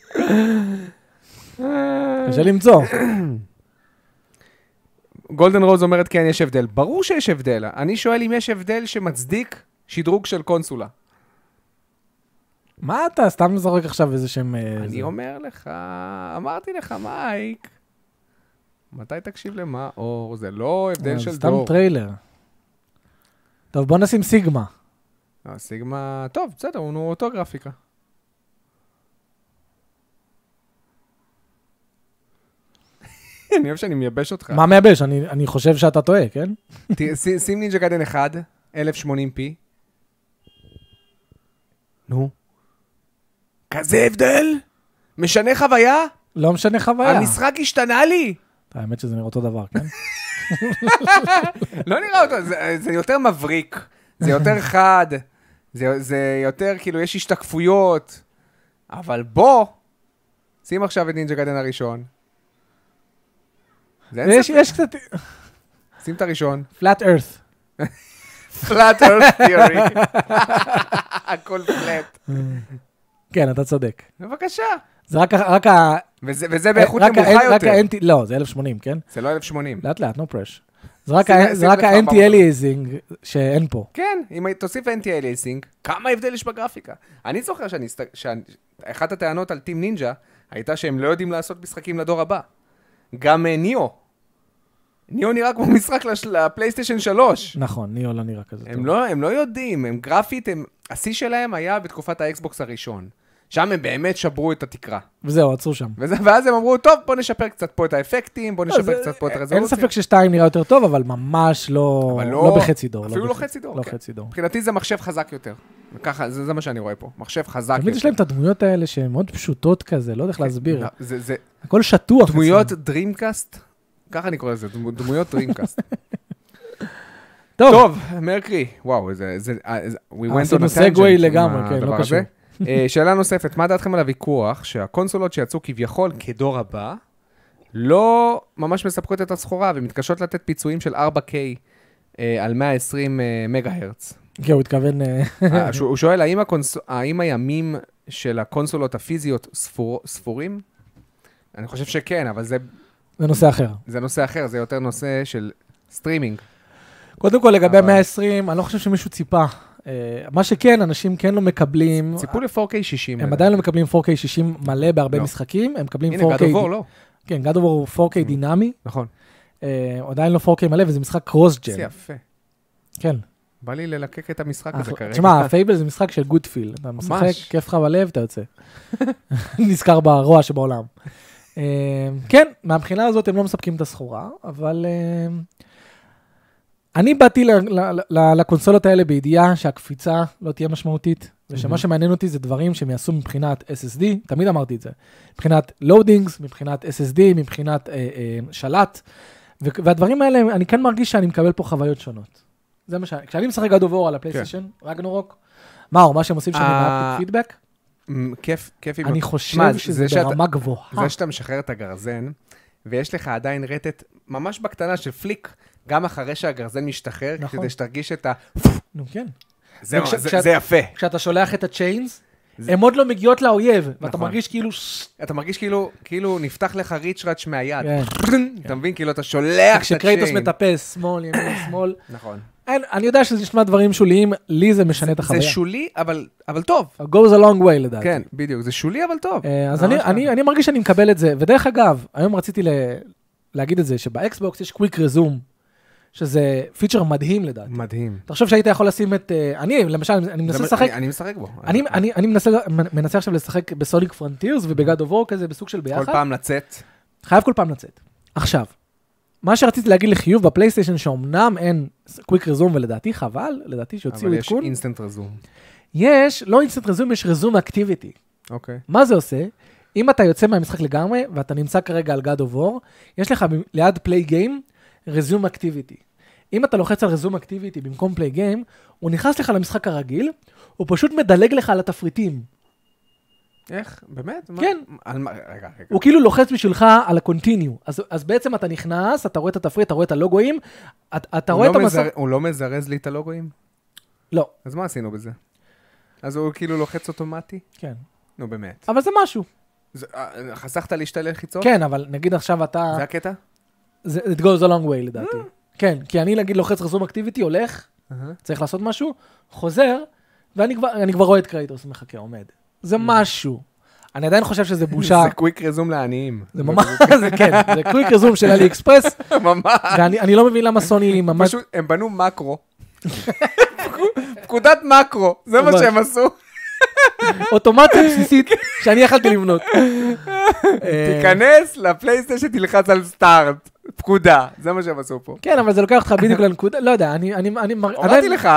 קשה למצוא. גולדן רוז אומרת כן, יש הבדל. ברור שיש הבדל. אני שואל אם יש הבדל שמצדיק שדרוג של קונסולה. מה אתה? סתם מזרק עכשיו איזה שם... אני אומר לך, אמרתי לך, מייק. מתי תקשיב למה? או זה לא הבדל של דור. סתם טריילר. טוב, בוא נשים סיגמה. סיגמה, טוב, בסדר, הוא אותו גרפיקה. אני אוהב שאני מייבש אותך. מה מייבש? אני חושב שאתה טועה, כן? שים נינג'ה גיידן 1, 1080p. נו. כזה הבדל? משנה חוויה? לא משנה חוויה. המשחק השתנה לי. האמת שזה נראה אותו דבר, כן? לא נראה אותו, זה יותר מבריק. זה יותר חד. זה יותר, כאילו, יש השתקפויות. אבל שים עכשיו את נינג'ה גיידן הראשון. יש קצת... שים את הראשון. Flat Earth. Flat Earth Theory. הכל פלט. כן, אתה צודק. בבקשה. זה רק וזה באיכות נמוכה יותר. לא, זה 1080, כן? זה לא 1080. לאט לאט, no pressure. זה רק האנטי-אליאסינג שאין פה. כן, אם תוסיף אנטי-אליאסינג, כמה הבדל יש בגרפיקה? אני זוכר שאחת הטענות על טים נינג'ה הייתה שהם לא יודעים לעשות משחקים לדור הבא. גם ניאו. ניאו נראה כמו משחק לפלייסטיישן 3. נכון, ניאו לא נראה כזה טוב. הם לא יודעים, הם גרפית, השיא שלהם היה בתקופת האקסבוקס הראשון. שם הם באמת שברו את התקרה. וזהו, עצרו שם. ואז הם אמרו, טוב, בוא נשפר קצת פה את האפקטים, בוא נשפר קצת פה את הרזולוציה. אין ספק ששתיים נראה יותר טוב, אבל ממש לא בחצי דור. אפילו לא חצי דור. לא חצי דור. מבחינתי זה מחשב חזק יותר. וככה, זה מה שאני רואה פה. מחשב חזק יותר. תמיד יש להם את הדמויות האלה שהן מאוד פשוטות כזה, לא יודע איך להסביר. הכל שטוח. דמויות דרימקאסט, ככה אני קורא לזה, דמויות דרימקאסט. טוב, מרקרי, וואו, עשינו סגווי לגמרי, כן, לא קשור. שאלה נוספת, מה דעתכם על הוויכוח שהקונסולות שיצאו כביכול כדור הבא, לא ממש מספקות את הסחורה ומתקשות לתת פיצויים של 4K על 120 מגה הרץ? כן, הוא התכוון... הוא שואל, האם הימים של הקונסולות הפיזיות ספורים? אני חושב שכן, אבל זה... זה נושא אחר. זה נושא אחר, זה יותר נושא של סטרימינג. קודם כל, לגבי 120, אני לא חושב שמישהו ציפה. מה שכן, אנשים כן לא מקבלים... ציפו ל-4K 60. הם עדיין לא מקבלים 4K 60 מלא בהרבה משחקים, הם מקבלים 4K... הנה, God of War לא. כן, God of War הוא 4K דינמי. נכון. עדיין לא 4K מלא, וזה משחק קרוס-ג'ן. זה יפה. כן. בא לי ללקק את המשחק הזה כרגע. תשמע, פייבל זה משחק של גוד פיל. אתה משחק, כיף לך בלב, אתה יוצא. נזכר ברוע שבעולם. כן, מהבחינה הזאת הם לא מספקים את הסחורה, אבל... אני באתי לקונסולות האלה בידיעה שהקפיצה לא תהיה משמעותית, ושמה שמעניין אותי זה דברים שהם יעשו מבחינת SSD, תמיד אמרתי את זה, מבחינת loadings, מבחינת SSD, מבחינת שלט, והדברים האלה, אני כן מרגיש שאני מקבל פה חוויות שונות. זה מה כשאני משחק God of War על הפלייסטיישן, רגנורוק, מה שהם עושים שם עם האפטיק פידבק? כיף. אני חושב שזה ברמה גבוהה. זה שאתה משחרר את הגרזן, ויש לך עדיין רטט ממש בקטנה של פליק, גם אחרי שהגרזן משתחרר, כדי שתרגיש את ה... נו, כן. זה יפה. כשאתה שולח את הצ'יינס, הן עוד לא מגיעות לאויב, ואתה מרגיש כאילו... אתה מרגיש כאילו נפתח לך ריצ'ראץ' מהיד. אתה מבין? כאילו אתה שולח את הצ'יין. כשקרייטוס מטפס, שמאל, ימין, שמאל. נכון. אני יודע שזה נשמע דברים שוליים, לי זה משנה את החוויה. זה שולי, אבל טוב. goes a long way לדעתי. כן, בדיוק. זה שולי, אבל טוב. אז אני מרגיש שאני מקבל את זה, ודרך אגב, היום רציתי להגיד את זה, שבאקסבוקס יש קוויק רזום, שזה פיצ'ר מדהים לדעתי. מדהים. אתה חושב שהיית יכול לשים את... אני, למשל, אני מנסה לשחק... אני משחק בו. אני מנסה עכשיו לשחק בסוניק פרונטירס ובגד אוף וור כזה בסוג של ביחד. כל פעם לצאת. חייב כל פעם לצאת. עכשיו, מה שרציתי להגיד לחיוב בפלייסטיישן, שאומנם אין קוויק רזום, ולדעתי חבל, לדעתי שהוציאו עדכון. אבל יש אינסטנט רזום. יש, לא אינסטנט רזום, יש רזום אקטיביטי. אוקיי. מה זה עושה? אם אתה יוצא מהמשחק לגמרי, ואתה נמצא כרגע על God of War, יש לך ליד פליי גיים, רזום אקטיביטי. אם אתה לוחץ על רזום אקטיביטי במקום פליי גיים, הוא נכנס לך למשחק הרגיל, הוא פשוט מדלג לך על התפריטים. איך? באמת? כן. רגע. הוא כאילו לוחץ בשבילך על הקונטיניו. אז בעצם אתה נכנס, אתה רואה את התפריט, אתה רואה את הלוגויים, אתה רואה את המסך... הוא לא מזרז לי את הלוגויים? לא. אז מה עשינו בזה? אז הוא כאילו לוחץ אוטומטי? כן. נו, באמת. אבל זה משהו. חסכת להשתלל לחיצות? כן, אבל נגיד עכשיו אתה... זה הקטע? It goes a long way לדעתי. כן, כי אני נגיד לוחץ רזום אקטיביטי, הולך, צריך לעשות משהו, חוזר, ואני כבר רואה את קרייטוס מחכה, עומד. זה משהו. אני עדיין חושב שזה בושה. זה קוויק רזום לעניים. זה ממש, זה כן, זה קוויק רזום של אלי אקספרס. ממש. ואני לא מבין למה סוני ממש... פשוט, הם בנו מקרו. פקודת מקרו, זה מה שהם עשו. אוטומציה בסיסית שאני יכלתי לבנות. תיכנס לפלייסטיישן, תלחץ על סטארט. פקודה, זה מה שהם עשו פה. כן, אבל זה לוקח אותך בדיוק לנקודה, לא יודע, אני... הורדתי לך,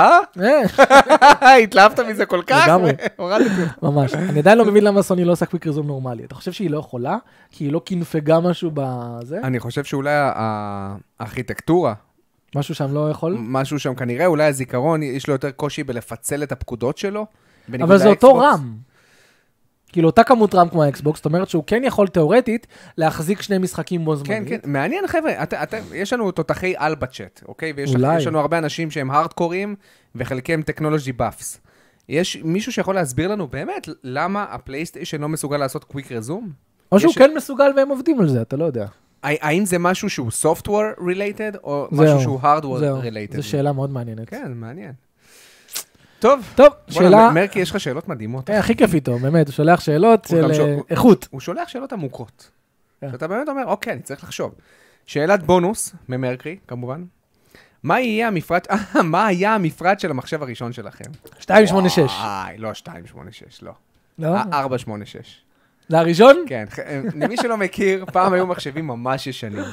התלהבת מזה כל כך? לגמרי. הורדתי. ממש. אני עדיין לא מבין למה סוני לא עושה קוויק רזום נורמלי. אתה חושב שהיא לא יכולה? כי היא לא קינפגה משהו בזה? אני חושב שאולי הארכיטקטורה, משהו שם לא יכול? משהו שם כנראה, אולי הזיכרון, יש לו יותר קושי בלפצל את הפקודות שלו. אבל זה אותו רם. כאילו אותה כמות רם כמו האקסבוקס, זאת אומרת שהוא כן יכול תיאורטית להחזיק שני משחקים בו זמנית. כן, כן, מעניין חבר'ה, יש לנו תותחי על בצ'אט, אוקיי? ויש לנו הרבה אנשים שהם הארדקורים, וחלקם טכנולוגי באפס. יש מישהו שיכול להסביר לנו באמת למה הפלייסטיישן לא מסוגל לעשות קוויק רזום? או שהוא כן מסוגל והם עובדים על זה, אתה לא יודע. האם זה משהו שהוא software related, או משהו שהוא hardware related? זו שאלה מאוד מעניינת. כן, מעניין. טוב, שאלה... מרקי, יש לך שאלות מדהימות. הכי כיף איתו, באמת, הוא שולח שאלות של איכות. הוא שולח שאלות עמוקות. שאתה באמת אומר, אוקיי, אני צריך לחשוב. שאלת בונוס, ממרקי, כמובן. מה היה המפרט של המחשב הראשון שלכם? 286. לא 286, לא. לא? 486. זה הראשון? כן, למי שלא מכיר, פעם היו מחשבים ממש ישנים.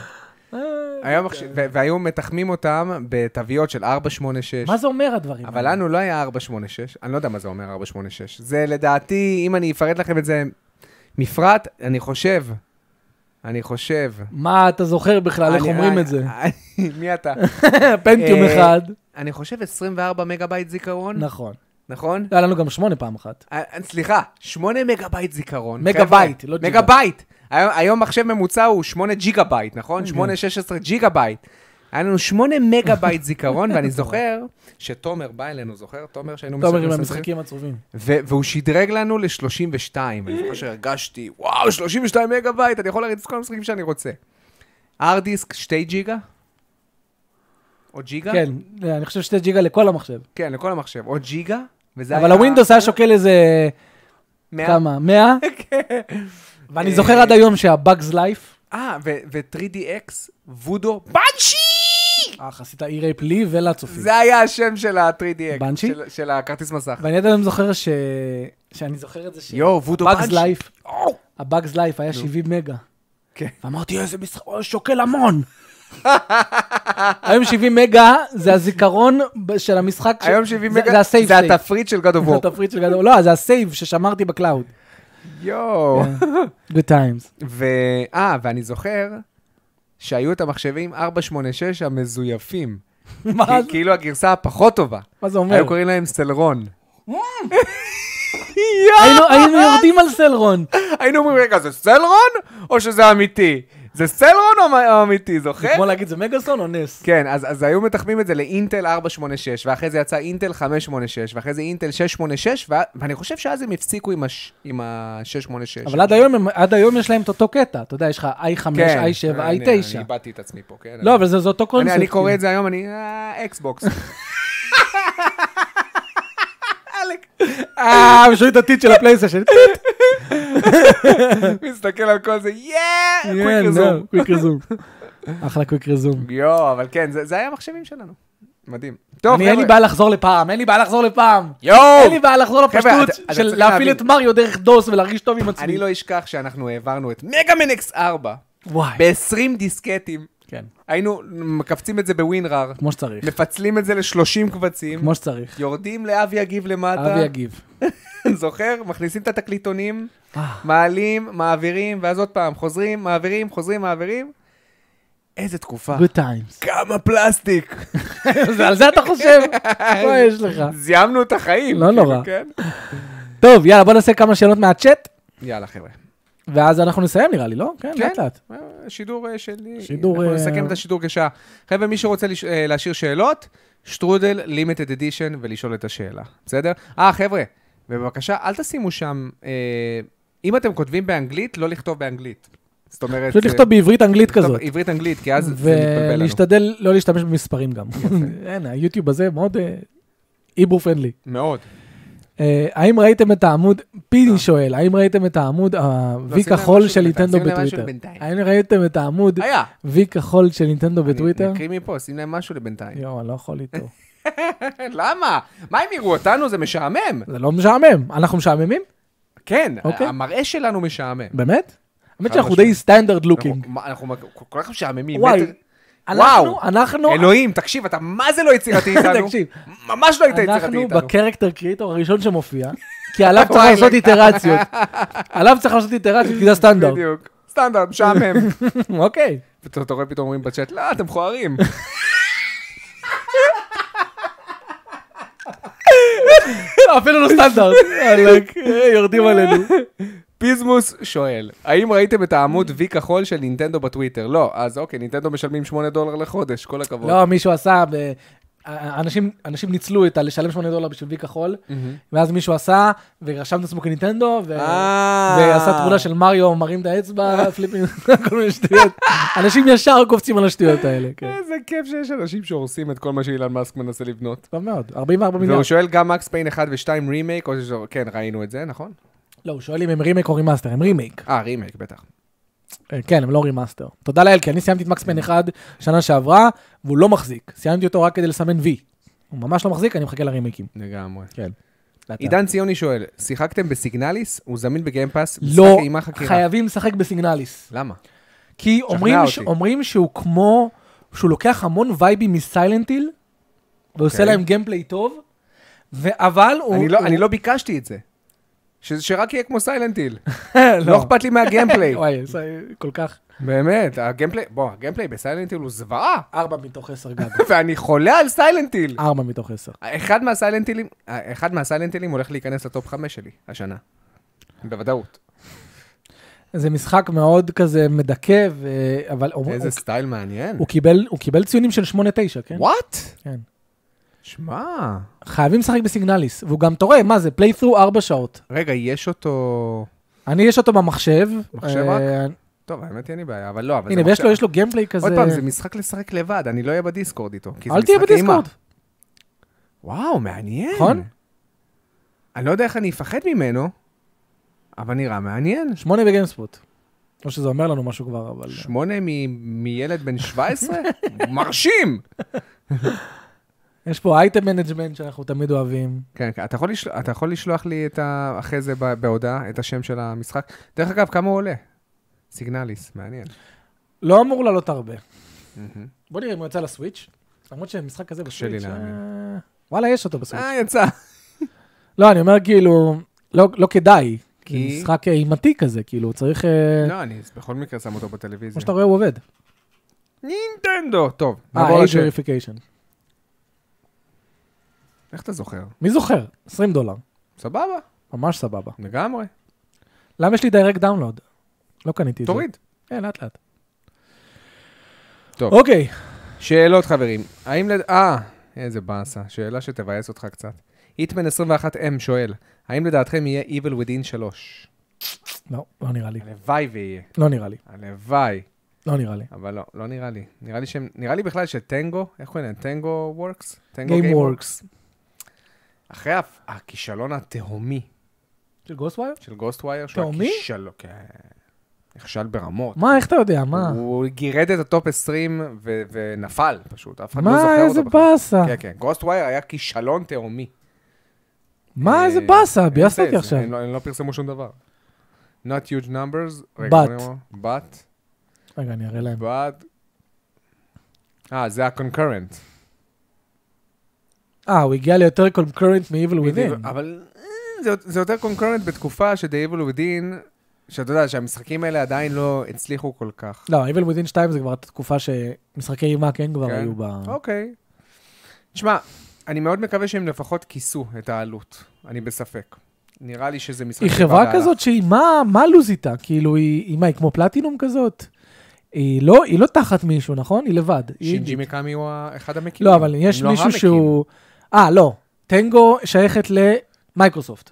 והיו מתחמים אותם בתוויות של 486. מה זה אומר הדברים? אבל לנו לא היה 486, אני לא יודע מה זה אומר 486. זה לדעתי, אם אני אפרט לכם את זה, מפרט, אני חושב. מה אתה זוכר בכלל, איך אומרים את זה? מי אתה? פנטיום אחד. אני חושב 24 מגה-בייט זיכרון. נכון? היה לנו גם 8 פעם אחת. סליחה, 8 מגה-בייט זיכרון. מגה-בייט, לא ג'יגה. מגה-בייט. היום מחשב ממוצע הוא 8 ג'יגה-בייט, נכון? 8-16 ג'יגה-בייט. היה לנו 8 מגה-בייט זיכרון, ואני זוכר שתומר בא אלינו, זוכר? תומר שהיינו תומר עם המשחקים הצרובים. והוא שדרג לנו ל-32. אני זוכר שהרגשתי, וואו, 32 מגה-בייט, אני יכול להריץ את כל המשחקים שאני רוצה. ארדיסק 2 ג'יגה? או ג'יגה? כן, אני חושב 2 ג'יגה לכל המחשב. כן, לכל המחשב. או ג'יגה, אבל הווינדוס היה שוקל איזה... 100? כמה? 100? כן. ואני זוכר עד היום שהבאגס לייף... ו-3DX, וודו, בנשי! עשית אי-רייפ לי ולצופים. זה היה השם של ה-3DX. בנשי? של הכרטיס מסך. ואני עד היום זוכר שאני זוכר את זה וודו בנשי. הבאגס לייף היה 70 מגה. כן. ואמרתי, איזה משחק, שוקל המון. היום 70 מגה זה הזיכרון של המשחק. היום 70 מגה זה התפריט של God of War. זה התפריט של God of War. לא, זה הסייב ששמרתי בקלאוד. יואו. Good times. ואני זוכר שהיו את המחשבים 486 המזויפים. מה? כאילו הגרסה הפחות טובה. מה זה אומר? היו קוראים להם סלרון. היינו יורדים על סלרון. היינו אומרים, רגע, זה סלרון או שזה אמיתי? זה סלרון או אמיתי, זוכר? זה כמו להגיד, זה מגאסון או נס? כן, אז היו מתחמים את זה לאינטל 486, ואחרי זה יצא אינטל 586, ואחרי זה אינטל 686, ואני חושב שאז הם הפסיקו עם ה-686. אבל עד היום יש להם את אותו קטע, אתה יודע, יש לך i5, i7, i9. אני איבדתי את עצמי פה, כן? לא, אבל זה אותו קונספט. אני קורא את זה היום, אקסבוקס. משהו את הטיט של הפלייסטיישן. מסתכל על כל זה, קוויק רזום. קוויק רזום. אחלה קוויק רזום. אבל כן, זה היה המחשבים שלנו. מדהים. אין לי בעיה לחזור לפעם, אין לי בעיה לחזור לפשטות של להפעיל את מריו דרך דוס ולהרגיש טוב עם עצמי. אני לא אשכח שאנחנו העברנו את מגה-מן X4 ב-20 דיסקטים. כן. היינו מקפצים את זה בווינרר. כמו שצריך. מפצלים את זה ל-30 קבצים. כמו שצריך. יורדים לאבי יגיב למטה. אבי יגיב. זוכר? מכניסים את התקליטונים, מעלים, מעבירים, ואז עוד פעם, חוזרים, מעבירים, חוזרים, מעבירים. איזה תקופה. Good times. כמה פלסטיק. על זה אתה חושב? מה יש לך? זיימנו את החיים. לא נורא. טוב, יאללה, בוא נעשה כמה שאלות מהצ'אט. יאללה, חבר'ה. ואז אנחנו נסיים נראה לי, לא? כן, לאט לאט. שידור שלי. אנחנו נסכם את השידור כשעה. חבר'ה, מי שרוצה להשאיר שאלות, שטרודל, לימיטד אדישן, ולשאול את השאלה. בסדר? חבר'ה, ובבקשה, אל תשימו שם, אם אתם כותבים באנגלית, לא לכתוב באנגלית. זאת אומרת... פשוט לכתוב בעברית-אנגלית כזאת. עברית-אנגלית, כי אז זה מתבלבל לנו. ולהשתדל לא להשתמש במספרים גם. אין, היוטיוב הזה מאוד איברו-פרנדלי. מאוד. האם ראיתם את העמוד, פיני שואל, האם ראיתם את העמוד וי כחול של נינטנדו בטוויטר? האם ראיתם את העמוד וי כחול של נינטנדו בטוויטר? אני נקריא מפה, שים להם משהו לבינתיים. יואו, אני לא יכול איתו. למה? מה הם יראו אותנו? זה משעמם. זה לא משעמם. אנחנו משעממים? כן, המראה שלנו משעמם. באמת? האמת שאנחנו די סטנדרט לוקינג. אנחנו כל כך משעממים. וואו, אלוהים, תקשיב, אתה מה זה לא יצירתי איתנו? תקשיב. ממש לא היית יצירתי איתנו. אנחנו בקרקטר קריאטור הראשון שמופיע, כי עליו צריך לעשות איטרציות. כי זה סטנדרט. בדיוק, סטנדרט, משעמם. אוקיי. ואתה רואה פתאום אומרים בצ'אט, לא, אתם מכוערים. אפילו לא סטנדרט. יורדים עלינו. פיזמוס שואל, האם ראיתם את העמוד וי כחול של נינטנדו בטוויטר? לא, אז אוקיי, נינטנדו משלמים $8 לחודש, כל הכבוד. לא, מישהו עשה, אנשים ניצלו את לשלם $8 בשביל וי כחול, ואז מישהו עשה, ורשם את עצמו כניטנדו, ועשה תמונה של מריו, מרים את האצבע, פליפים, כל מיני שטויות. אנשים ישר קופצים על השטויות האלה. איזה כיף שיש אנשים שהורסים את כל מה שאילן מאסק מנסה לבנות. טוב מאוד, 44 מיליארד. והוא שואל גם מקס פיין 1 ו-2 רימייק, כן, ראינו את זה, נכון? לא, הוא שואל אם הם רימייק או רימאסטר, הם רימייק. רימייק, בטח. כן, הם לא רימאסטר. תודה לאל, כי אני סיימתי את מקס פיין 1 שנה שעברה, והוא לא מחזיק. סיימתי אותו רק כדי לסמן וי. הוא ממש לא מחזיק, אני מחכה לרימייקים. לגמרי. כן. עידן ציוני שואל, שיחקתם בסיגנליס? הוא זמין בגיימפאס? לא, חייבים לשחק בסיגנליס. למה? כי אומרים שהוא כמו, שהוא לוקח המון וייבים מסיילנטיל, ועושה להם גיימפליי טוב, אבל הוא... אני לא ביקשתי את זה. שרק יהיה כמו סיילנטיל. לא אכפת לי מהגיימפליי. וואי, כל כך. באמת, הגיימפליי בסיילנטיל הוא זוועה. 4 מתוך 10 גג. ואני חולה על סיילנטיל. 4 מתוך 10. אחד מהסיילנטילים הולך להיכנס לטופ 5 שלי השנה. בוודאות. זה משחק מאוד כזה מדכא, אבל... איזה סטייל מעניין. הוא קיבל ציונים של 8-9, כן? וואט? כן. שמע. חייבים לשחק בסיגנליס, והוא גם תורא, מה זה? פליית'רו 4 שעות. רגע, יש אותו... יש אותו במחשב. מחשב רק? טוב, האמת אין לי בעיה, אבל לא, אבל הנה, ויש לו גיימפליי כזה... עוד פעם, זה משחק לשחק לבד, אני לא אהיה בדיסקורד איתו. אל תהיה בדיסקורד. וואו, מעניין. נכון? אני לא יודע איך אני אפחד ממנו, אבל נראה מעניין. 8 בגיימספוט. או שזה אומר לנו משהו כבר, אבל... 8 מילד בן 17? מרשים! יש פה אייטם מנג'מנט שאנחנו תמיד אוהבים. כן, אתה יכול לשלוח לי אחרי זה בהודעה, את השם של המשחק. דרך אגב, כמה הוא עולה? סיגנליס, מעניין. לא אמור לעלות הרבה. בוא נראה אם הוא יצא לסוויץ'. למרות שמשחק כזה בסוויץ'. וואלה, יש אותו בסוויץ'. יצא. לא, אני אומר כאילו, לא כדאי. זה משחק אימתי כזה, כאילו, צריך... לא, אני בכל מקרה שם אותו בטלוויזיה. כמו שאתה רואה, הוא עובד. נינטנדו, טוב. age verification. איך אתה זוכר? מי זוכר? $20. סבבה. ממש סבבה. לגמרי. למה יש לי דיירקט דאונלוד? לא קניתי את זה. תוריד. כן, לאט לאט. טוב. אוקיי. שאלות חברים. איזה באסה. שאלה שתבייס אותך קצת. היטמן 21M שואל, האם לדעתכם יהיה Evil Within 3? לא, לא נראה לי. הלוואי ויהיה. לא נראה לי. הלוואי. לא נראה לי. אבל לא נראה לי. נראה לי בכלל שטנגו, איך קוראים? טנגו וורקס? Game Works. אחרי הכישלון התהומי. של גוסטווייר? של גוסטווייר. תהומי? נכשל ברמות. מה, איך אתה יודע? מה? הוא גירד את הטופ 20 ונפל פשוט. אף אחד לא מה, זוכר אותו. איזה באסה. כן, כן. גוסטווייר היה כישלון תהומי. מה, איזה באסה? ביאסת אותי עכשיו. הם לא פרסמו שום דבר. Not huge numbers. But. רגע, אני אראה להם. זה ה-concurrent. הוא הגיע ליותר concurrent מ-Evil Within. אבל זה יותר concurrent בתקופה ש-The Evil Within, שאתה יודע שהמשחקים האלה עדיין לא הצליחו כל כך. לא, Evil Within 2 זה כבר תקופה שמשחקי אימה כן כבר היו בה... אוקיי. תשמע, אני מאוד מקווה שהם לפחות כיסו את העלות. אני בספק. נראה לי שזה משחק... היא חברה כזאת שהיא, מה לוז איתה? כאילו, היא כמו פלטינום כזאת? היא לא תחת מישהו, נכון? היא לבד. שינג'י מיקאמי הוא אחד המקימים. לא, אבל יש מישהו שהוא... לא. טנגו שייכת למייקרוסופט.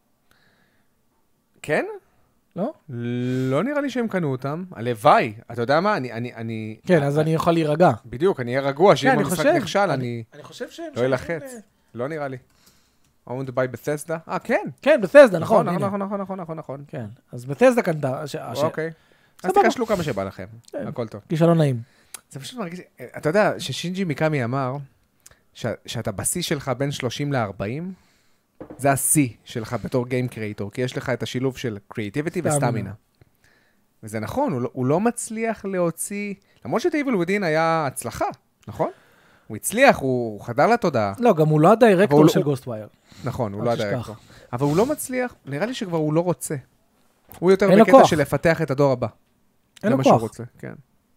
כן? לא? לא נראה לי שהם קנו אותם. הלוואי. אתה יודע מה? אני... כן, אז אני יכול להירגע. בדיוק, אני אהיה רגוע, שאם המשחק נכשל, אני חושב שהם... לא ילחץ. לא נראה לי. owned by Bethesda? כן. כן, Bethesda, נכון. נכון. כן, אז Bethesda קנתה... אוקיי. אז תקשלו כמה שבא לכם. הכל טוב. כישלון נעים. זה פשוט מרגיש... אתה יודע ששינג'י מיקאמי אמר שאתה בשיא שלך בין 30 ל-40, זה השיא שלך בתור גיים קריאטור, כי יש לך את השילוב של קריאטיביטי וסטמינה. וזה נכון, הוא לא מצליח להוציא... למרות ש-Evil Within היה הצלחה, נכון? הוא הצליח, הוא חדר לתודעה. לא, גם הוא לא הדירקטור של גוסטווייר. נכון, הוא לא הדירקטור. אבל הוא לא מצליח, נראה לי שכבר הוא לא רוצה. הוא יותר בקטע של לפתח את הדור הבא. אין לו כוח. זה מה שהוא רוצה, כן.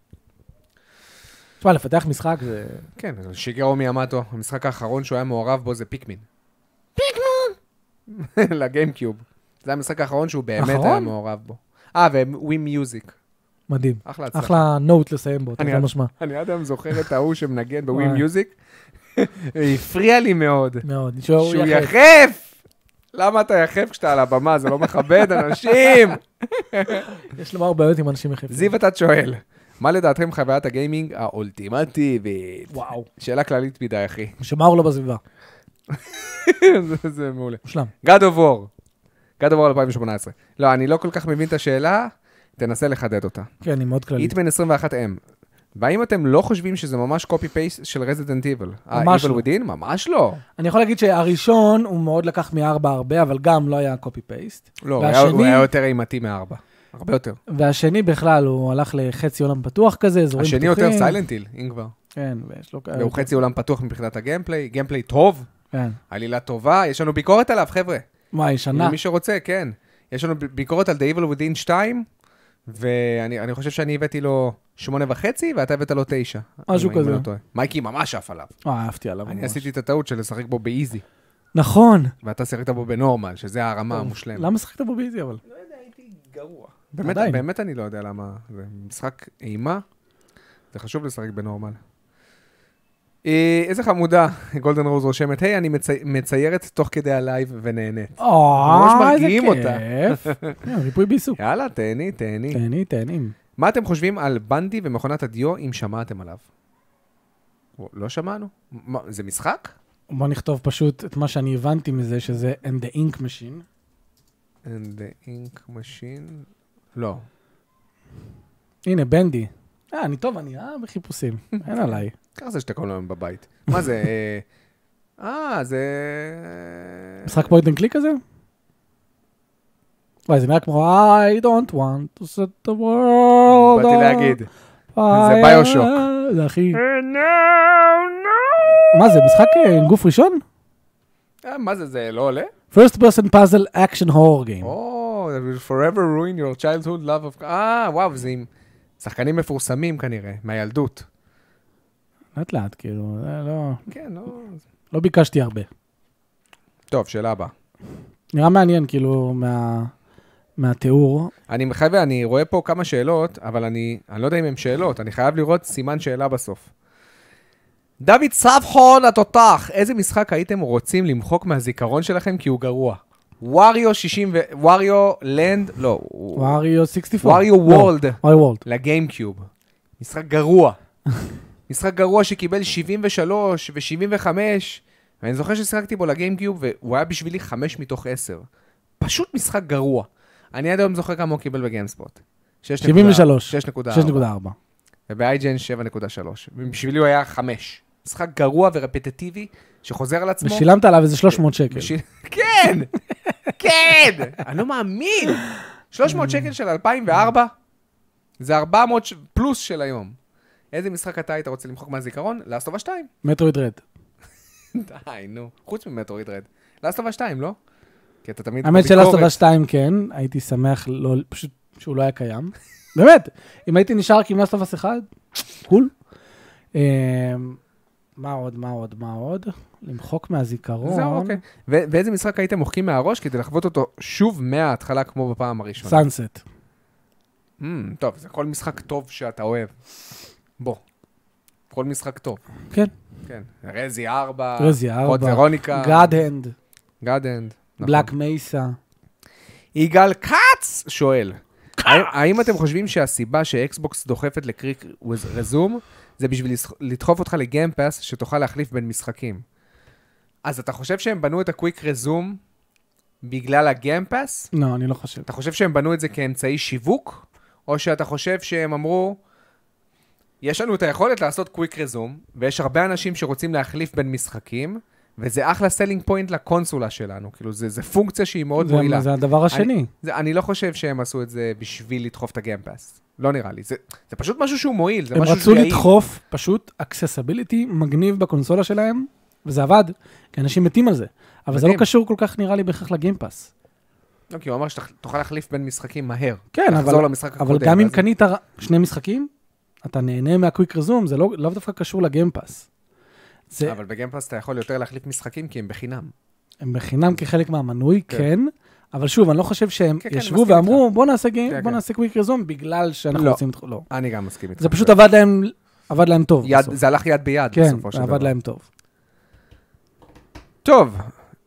תשמע, לפתח משחק זה... כן, שיגרו מיאמוטו, המשחק האחרון שהוא היה מעורב בו זה פיקמין. פיקמין! לגיימקיוב. זה המשחק האחרון שהוא באמת היה מעורב בו. וווי מיוזיק. מדהים. אחלה הצלחה. אחלה נוט לסיים בו, אתה יודע משמע. אני עד היום זוכר את ההוא שמנגן בווי מיוזיק, הפריע לי מאוד. מאוד. שהוא יחף! למה אתה יחף כשאתה על הבמה? זה לא מכבד אנשים! יש לומר בעיות עם אנשים יחפים. זיו אתה שואל, מה לדעתכם חוויית הגיימינג האולטימטיבית? וואו. שאלה כללית מדי, אחי. שמאור לא בסביבה. זה מעולה. מושלם. God of War 2018. לא, אני לא כל כך מבין את השאלה, תנסה לחדד אותה. כן, היא מאוד כללית. איטמן 21M. והאם אתם לא חושבים שזה ממש copy-paste של Resident Evil? ממש Evil לא. Within? ממש לא. אני יכול להגיד שהראשון הוא מאוד לקח מ4 הרבה, אבל גם לא היה קופי-פייסט. לא, הוא היה יותר אימתי מ4. הרבה יותר. והשני בכלל, הוא הלך לחצי עולם פתוח כזה, אזורים פתוחים. השני יותר סיילנט-היל, אם כבר. כן, ויש לו כאלה. והוא חצי עולם פתוח מבחינת הגיימפליי, גיימפליי טוב, כן. עלילה טובה, יש לנו ביקורת עליו, חבר'ה. מה, היא שנה? מי שרוצה, כן. יש לנו ביקורת על The Evil Within 2, ואני חושב שאני הבאתי לו 8.5, ואתה הבאת לו 9. משהו כזה. מייקי ממש עף עליו. אהבתי עליו. אני עשיתי את הטעות של לשחק בו באיזי, נכון. ואתה שיחקת בו בנורמל, שזה הרמה המושלמת. למה שחקת בו באיזי, אבל? לא יודע, הייתי גרוע. עדיין. באמת אני לא יודע למה. זה משחק אימה, זה חשוב לשחק בנורמל. איזה חמודה, גולדן רוז רושמת, היי, אני מציירת תוך כדי הלייב ונהנית. ממש מרגיעים אותה. איזה כיף. ריפוי בעיסוק. יאללה, תהני. תהנים. מה אתם חושבים על בנדי ומכונת הדיו, אם שמעתם עליו? לא שמענו. זה משחק? בוא נכתוב פשוט את מה שאני הבנתי מזה, שזה And the Ink Machine. And the Ink Machine? לא. הנה, בנדי. אני טוב, אני בחיפושים. אין עליי. ככה זה שאתה כל היום בבית. מה זה? זה... משחק פוינט אנד קליק כזה? וואי, זה נראה כמו I don't want to set the world. באתי להגיד. זה ביושוק. זה הכי... No. מה זה, משחק גוף ראשון? מה זה, זה לא עולה? First person puzzle action horror game. will forever ruin your childhood love of... וואו, זה עם שחקנים מפורסמים כנראה, מהילדות. לאט, כאילו, לא... כן, לא... לא ביקשתי הרבה. טוב, שאלה הבאה. נראה מעניין, כאילו, מהתיאור. אני רואה פה כמה שאלות, אבל אני לא יודע אם הן שאלות, אני חייב לראות סימן שאלה בסוף. דוד סבחון התותח, איזה משחק הייתם רוצים למחוק מהזיכרון שלכם כי הוא גרוע? ווריו 60 ווריו לנד, לא. ווריו 64. ווריו וולד. ווריו וולד. לגיימקיוב. משחק גרוע. משחק גרוע שקיבל 73 ו-75, ואני זוכר ששיחקתי בו לגיימקיוב, והוא היה בשבילי 5 מתוך 10. פשוט משחק גרוע. אני עד היום זוכר כמה הוא קיבל בגיימספוט. 73. 6.4. וב-IGN 7.3. בשבילי הוא היה 5. משחק גרוע ורפטטיבי, שחוזר על עצמו. ושילמת עליו איזה 300 שקל. כן! כן! אני לא מאמין! 300 שקל של 2004, זה 400 פלוס של היום. איזה משחק אתה היית רוצה למחוק מהזיכרון? Last of Us 2. מטרויד רד. די, נו. חוץ ממטרויד רד. Last of Us 2, לא? כי אתה תמיד... האמת של Last of Us 2 כן, הייתי שמח פשוט שהוא לא היה קיים. באמת, אם הייתי נשאר עם Last of Us 1, קול. מה עוד? למחוק מהזיכרון. זהו, אוקיי. ואיזה משחק הייתם מוחקים מהראש כדי לחוות אותו שוב מההתחלה כמו בפעם הראשונה? סאנסט. טוב, זה כל משחק טוב שאתה אוהב. בוא. כל משחק טוב. כן. כן. רזי 4. קוד ורוניקה. גאד-הנד. גאד-הנד. בלק מייסה. יגאל קאץ שואל, האם אתם חושבים שהסיבה שאקסבוקס דוחפת לקריק רזום, זה בשביל לדחוף אותך לגיימפאס שתוכל להחליף בין משחקים? אז אתה חושב שהם בנו את הקוויק רזום בגלל הגיימפאס? לא, אני לא חושב. אתה חושב שהם בנו את זה כאמצעי שיווק? או שאתה חושב שהם אמרו, יש לנו את היכולת לעשות קוויק רזום, ויש הרבה אנשים שרוצים להחליף בין משחקים, וזה אחלה סלינג פוינט לקונסולה שלנו. כאילו, זה פונקציה שהיא מאוד מועילה. זה הדבר השני. אני לא חושב שהם עשו את זה בשביל לדחוף את הגיימפאס. לא נראה לי. זה פשוט משהו שהוא מועיל. הם רצו לדחוף פשוט accessibility מגניב בקונסולה שלהם, וזה עבד, כי אנשים מתים על זה. אבל זה לא קשור כל כך נראה לי בכך לגיימפאס. לא, כי הוא אמר שתוכל להחליף בין משחקים מהר. כן, אבל גם אם קנית 2 משחקים, אתה נהנה מהקוויק רזום, זה לא דווקא קשור לגיימפאס. אבל בגיימפאס אתה יכול יותר להחליף משחקים, כי הם בחינם. הם בחינם כחלק מהמנוי, כן. אבל שוב, אני לא חושב שהם ישבו ואמרו, בוא נעשה קוויק רזום, בגלל שאנחנו רוצים... לא, אני גם מסכים איתך. זה פשוט עבד להם טוב. זה הלך יד ביד בסופו של דבר. כן, עבד להם טוב. טוב.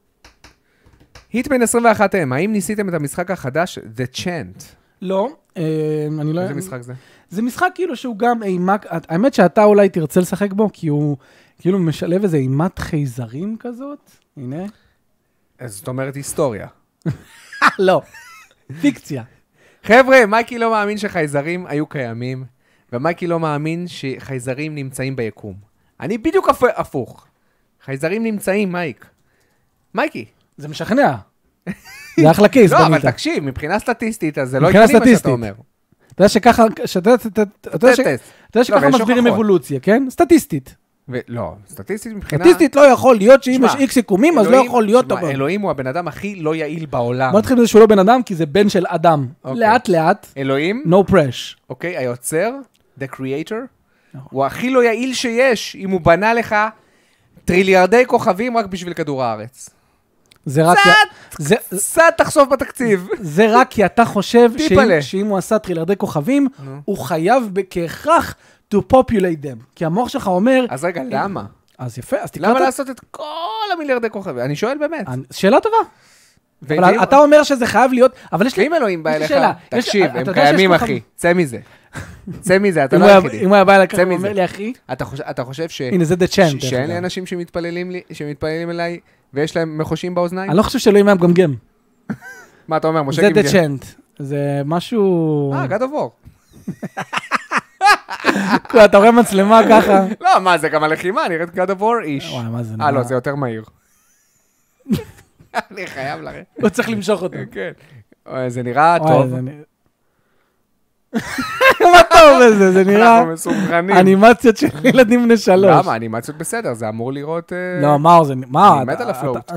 היטמן 21M, האם ניסיתם את המשחק החדש The Chant? לא, אני לא... איזה משחק זה? זה משחק כאילו שהוא גם אימת, האמת שאתה אולי תרצה לשחק בו, כי הוא כאילו משלב איזה אימת חייזרים כזאת, הנה. אז זאת אומרת היסטוריה. לא, פיקציה. חבר'ה, מייקי לא מאמין שחייזרים היו קיימים, ומייקי לא מאמין שחייזרים נמצאים ביקום. אני בדיוק הפוך. חייזרים נמצאים, מייקי. זה משכנע. זה אחלה קייס. לא, אבל תקשיב, מבחינה סטטיסטית, אז זה לא הגיוני מה שאתה אומר. אתה יודע שככה, אתה יודע שככה מסבירים אבולוציה, כן? סטטיסטית. לא, סטטיסטית מבחינה... סטטיסטית לא יכול להיות שאם יש איקס יקומים, אז לא יכול להיות... אלוהים הוא הבן אדם הכי לא יעיל בעולם. בוא נתחיל בזה שהוא לא בן אדם, כי זה בן של אדם. לאט לאט. אלוהים. No pressure. אוקיי, היוצר, the creator, הוא הכי לא יעיל שיש, אם הוא בנה לך טריליארדי כוכבים רק בשביל כדור הארץ. זה רק... קצת תחשוף בתקציב. זה רק כי אתה חושב שאם הוא עשה טריליארדי כוכבים, הוא חייב כהכרח to populate them. כי המוח שלך אומר... אז רגע, למה? אז יפה, אז תקרא... למה לעשות את כל המיליארדי כוכבים? אני שואל באמת. שאלה טובה. אבל אתה אומר שזה חייב להיות... אבל יש לי... אם אלוהים בא אליך, תקשיב, הם קיימים, אחי. צא מזה. צא מזה, אתה לא היחידי. אם הוא היה בא אליך, הוא אומר לי, אחי... אתה חושב ש... הנה, זה the chant. שאין לי אנשים שמתפללים אליי, ויש להם מחושים באוזניים? אני לא חושב שאלוהים היה מגמגם. מה אתה אומר, משה גמגם? זה the chant. זה משהו... God of War. אתה רואה מצלמה ככה? לא, מה, זה גם הלחימה, נראית God of War איש. לא, זה יותר מהיר. אני חייב לראות. לא צריך למשוך אותו. כן. זה נראה טוב. מה טוב בזה? זה נראה... אנחנו מסומכנים. אנימציות של ילדים בני 3. למה? אנימציות בסדר, זה אמור לראות... לא, מה זה... מה? אני מת על הפלוט.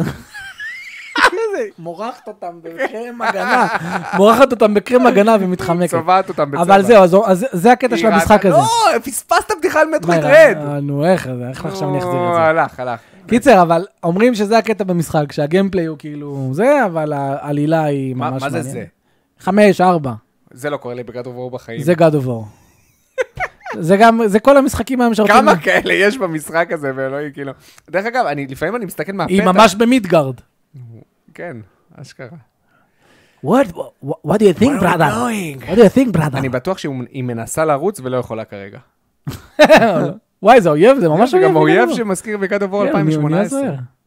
מורחת אותם בקרם הגנה. מורחת אותם בקרם הגנה ומתחמקת. צובעת אותם בצבע. אבל זהו, זה הקטע של המשחק הזה. לא, פספסת בדיחה על מטרויד רד. נו, איך עכשיו אני אחזיר את זה? הלך. קיצר, אבל אומרים שזה הקטע במשחק, שהגיימפליי הוא כאילו זה, אבל העלילה היא ממש מעניינת. מה זה זה? 5, 4. זה לא קורה לי ב-God of War בחיים. זה God of War. זה כל המשחקים המשרתים. כמה כאלה יש במשחק הזה, ואלוהי, כאילו. דרך אגב, לפעמים אני מסתכל מהפתח. היא ממש במידגרד. כן, אשכרה. What do you think, brother? What do you think, brother? אני בטוח שהיא מנסה לרוץ ולא יכולה כרגע. וואי, זה אויב, זה ממש אויב. גם אויב שמזכיר ב-God of War 2018.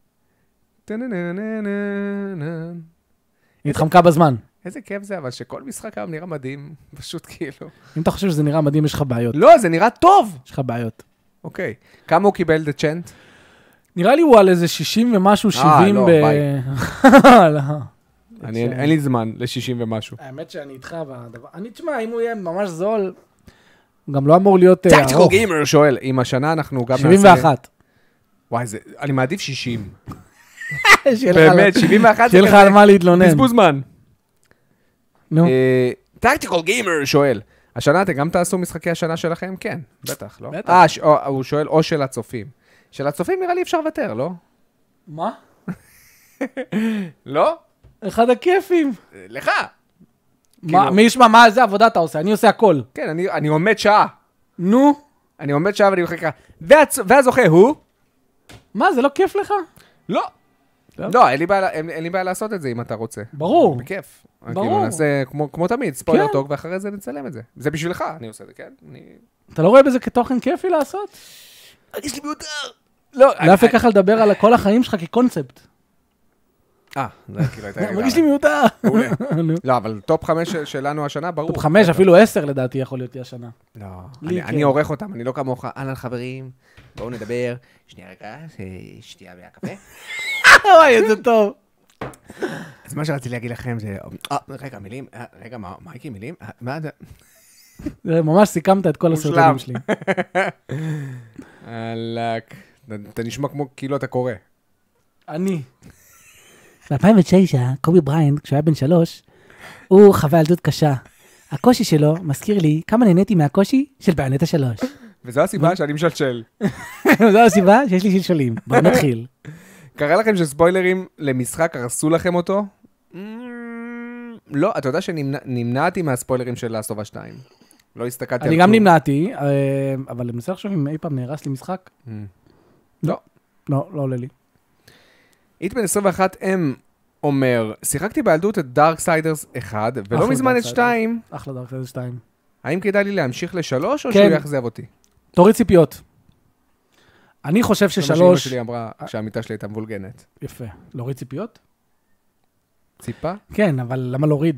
היא התחמקה בזמן. איזה כיף זה, אבל שכל משחק היום נראה מדהים, פשוט כאילו. אם אתה חושב שזה נראה מדהים, יש לך בעיות. לא, זה נראה טוב. יש לך בעיות. אוקיי. כמה הוא קיבל The Chant? נראה לי הוא על איזה 60 ומשהו, 70 לא, ביי. לא. אין לי זמן ל-60 ומשהו. האמת שאני איתך בדבר. תשמע, אם הוא יהיה ממש זול, הוא גם לא אמור להיות ארוך. טקטיקל גיימר שואל, אם השנה אנחנו גם 71. וואי, אני מעדיף 60. באמת, 71 שיהיה לך על מה להתלונן. בזבוז זמן. נו. טקטיקל גיימר שואל, השנה אתם גם תעשו משחקי השנה שלכם? כן, בטח, לא? בטח. הוא שואל, או של הצופים. של הצופים נראה לי אפשר לוותר, לא? מה? לא? אחד הכיפים. לך. מי ישמע, מה זה עבודה אתה עושה? אני עושה הכל. כן, אני עומד שעה. נו. אני עומד שעה ואני מחכה. והזוכה הוא? מה, זה לא כיף לך? לא. לא, אין לי בעיה לעשות את זה אם אתה רוצה. ברור. בכיף. ברור. כאילו נעשה כמו תמיד, ספוילר טוק, ואחרי זה נצלם את זה. זה בשבילך, אני עושה את זה, כן? אתה לא רואה בזה כתוכן כיפי לעשות? מרגיש לי מיותר. לא. להפך ככה לדבר על כל החיים שלך כקונספט. זה כאילו הייתה... מרגיש לי מיותר. לא, אבל טופ 5 שלנו השנה, ברור. טופ 5, אפילו 10 לדעתי יכול להיות השנה. לא, אני עורך אותם, אני לא כמוך. אהלן חברים, בואו נדבר. שנייה רגע, שתייה מהקפה. וואי, איזה טוב. אז מה שרציתי להגיד לכם זה... רגע, מילים. רגע, מייקי, מילים? מה זה? ממש סיכמת את כל הסרטונים שלי. אלק. אתה נשמע כמו כאילו אתה קורא. אני. ב-2009, קובי בריינט, כשהוא היה בן 3, הוא חווה ילדות קשה. הקושי שלו מזכיר לי כמה נהניתי מהקושי של ביונטה 3. וזו הסיבה שאני משלשל. זו הסיבה שיש לי שלשולים. בואו נתחיל. קרה לכם שספוילרים למשחק הרסו לכם אותו? לא, אתה יודע שנמנעתי מהספוילרים של Last of Us 2. לא הסתכלתי על אני גם נמנעתי, אבל אני מנסה לחשוב אם אי פעם נהרס לי משחק. לא. לא עולה לי. איט בן 21 אומר, שיחקתי בילדות את דארקסיידרס 1, ולא מזמן את 2. אחלה דארקסיידרס 2. האם כדאי לי להמשיך ל3, או שהוא יחזב אותי? תוריד ציפיות. אני חושב ש3... זה מה שאמא שלי אמרה כשהמיטה שלי הייתה מבולגנת. יפה. להוריד ציפיות? ציפה? כן, אבל למה להוריד?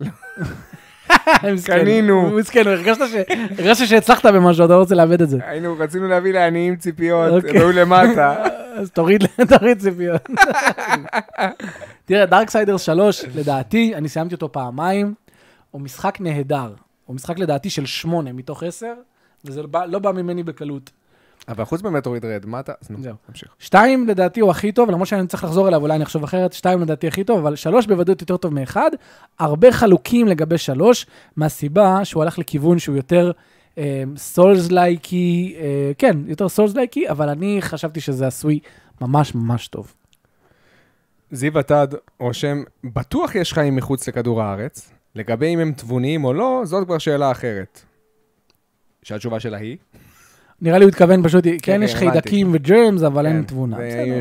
קנינו. מסכן, הרגשת שהצלחת במשהו, אתה לא רוצה לאבד את זה. רצינו להביא לעניים ציפיות, והוא למטה. אז תוריד ציפיות. תראה, דארקסיידרס 3, לדעתי, אני סיימתי אותו פעמיים, הוא משחק נהדר. הוא משחק לדעתי של 8 מתוך 10, וזה לא בא ממני בקלות. אבל חוץ במטרויד רד, מה אתה? זהו. תמשיך. 2 לדעתי הוא הכי טוב, למרות שאני צריך לחזור אליו, אולי אני אחשוב אחרת, 2 לדעתי הכי טוב, אבל 3 בוודאות יותר טוב מ1, הרבה חלוקים לגבי 3, מהסיבה שהוא הלך לכיוון שהוא יותר סולס-לייקי, כן, יותר סולס-לייקי, אבל אני חשבתי שזה עשוי ממש ממש טוב. זיו עתד רושם, בטוח יש חיים מחוץ לכדור הארץ, לגבי אם הם תבוניים או לא, זאת כבר שאלה אחרת. שהתשובה שלה היא? נראה לי הוא התכוון פשוט, כן יש חיידקים וג'רמס, אבל אין תבונה.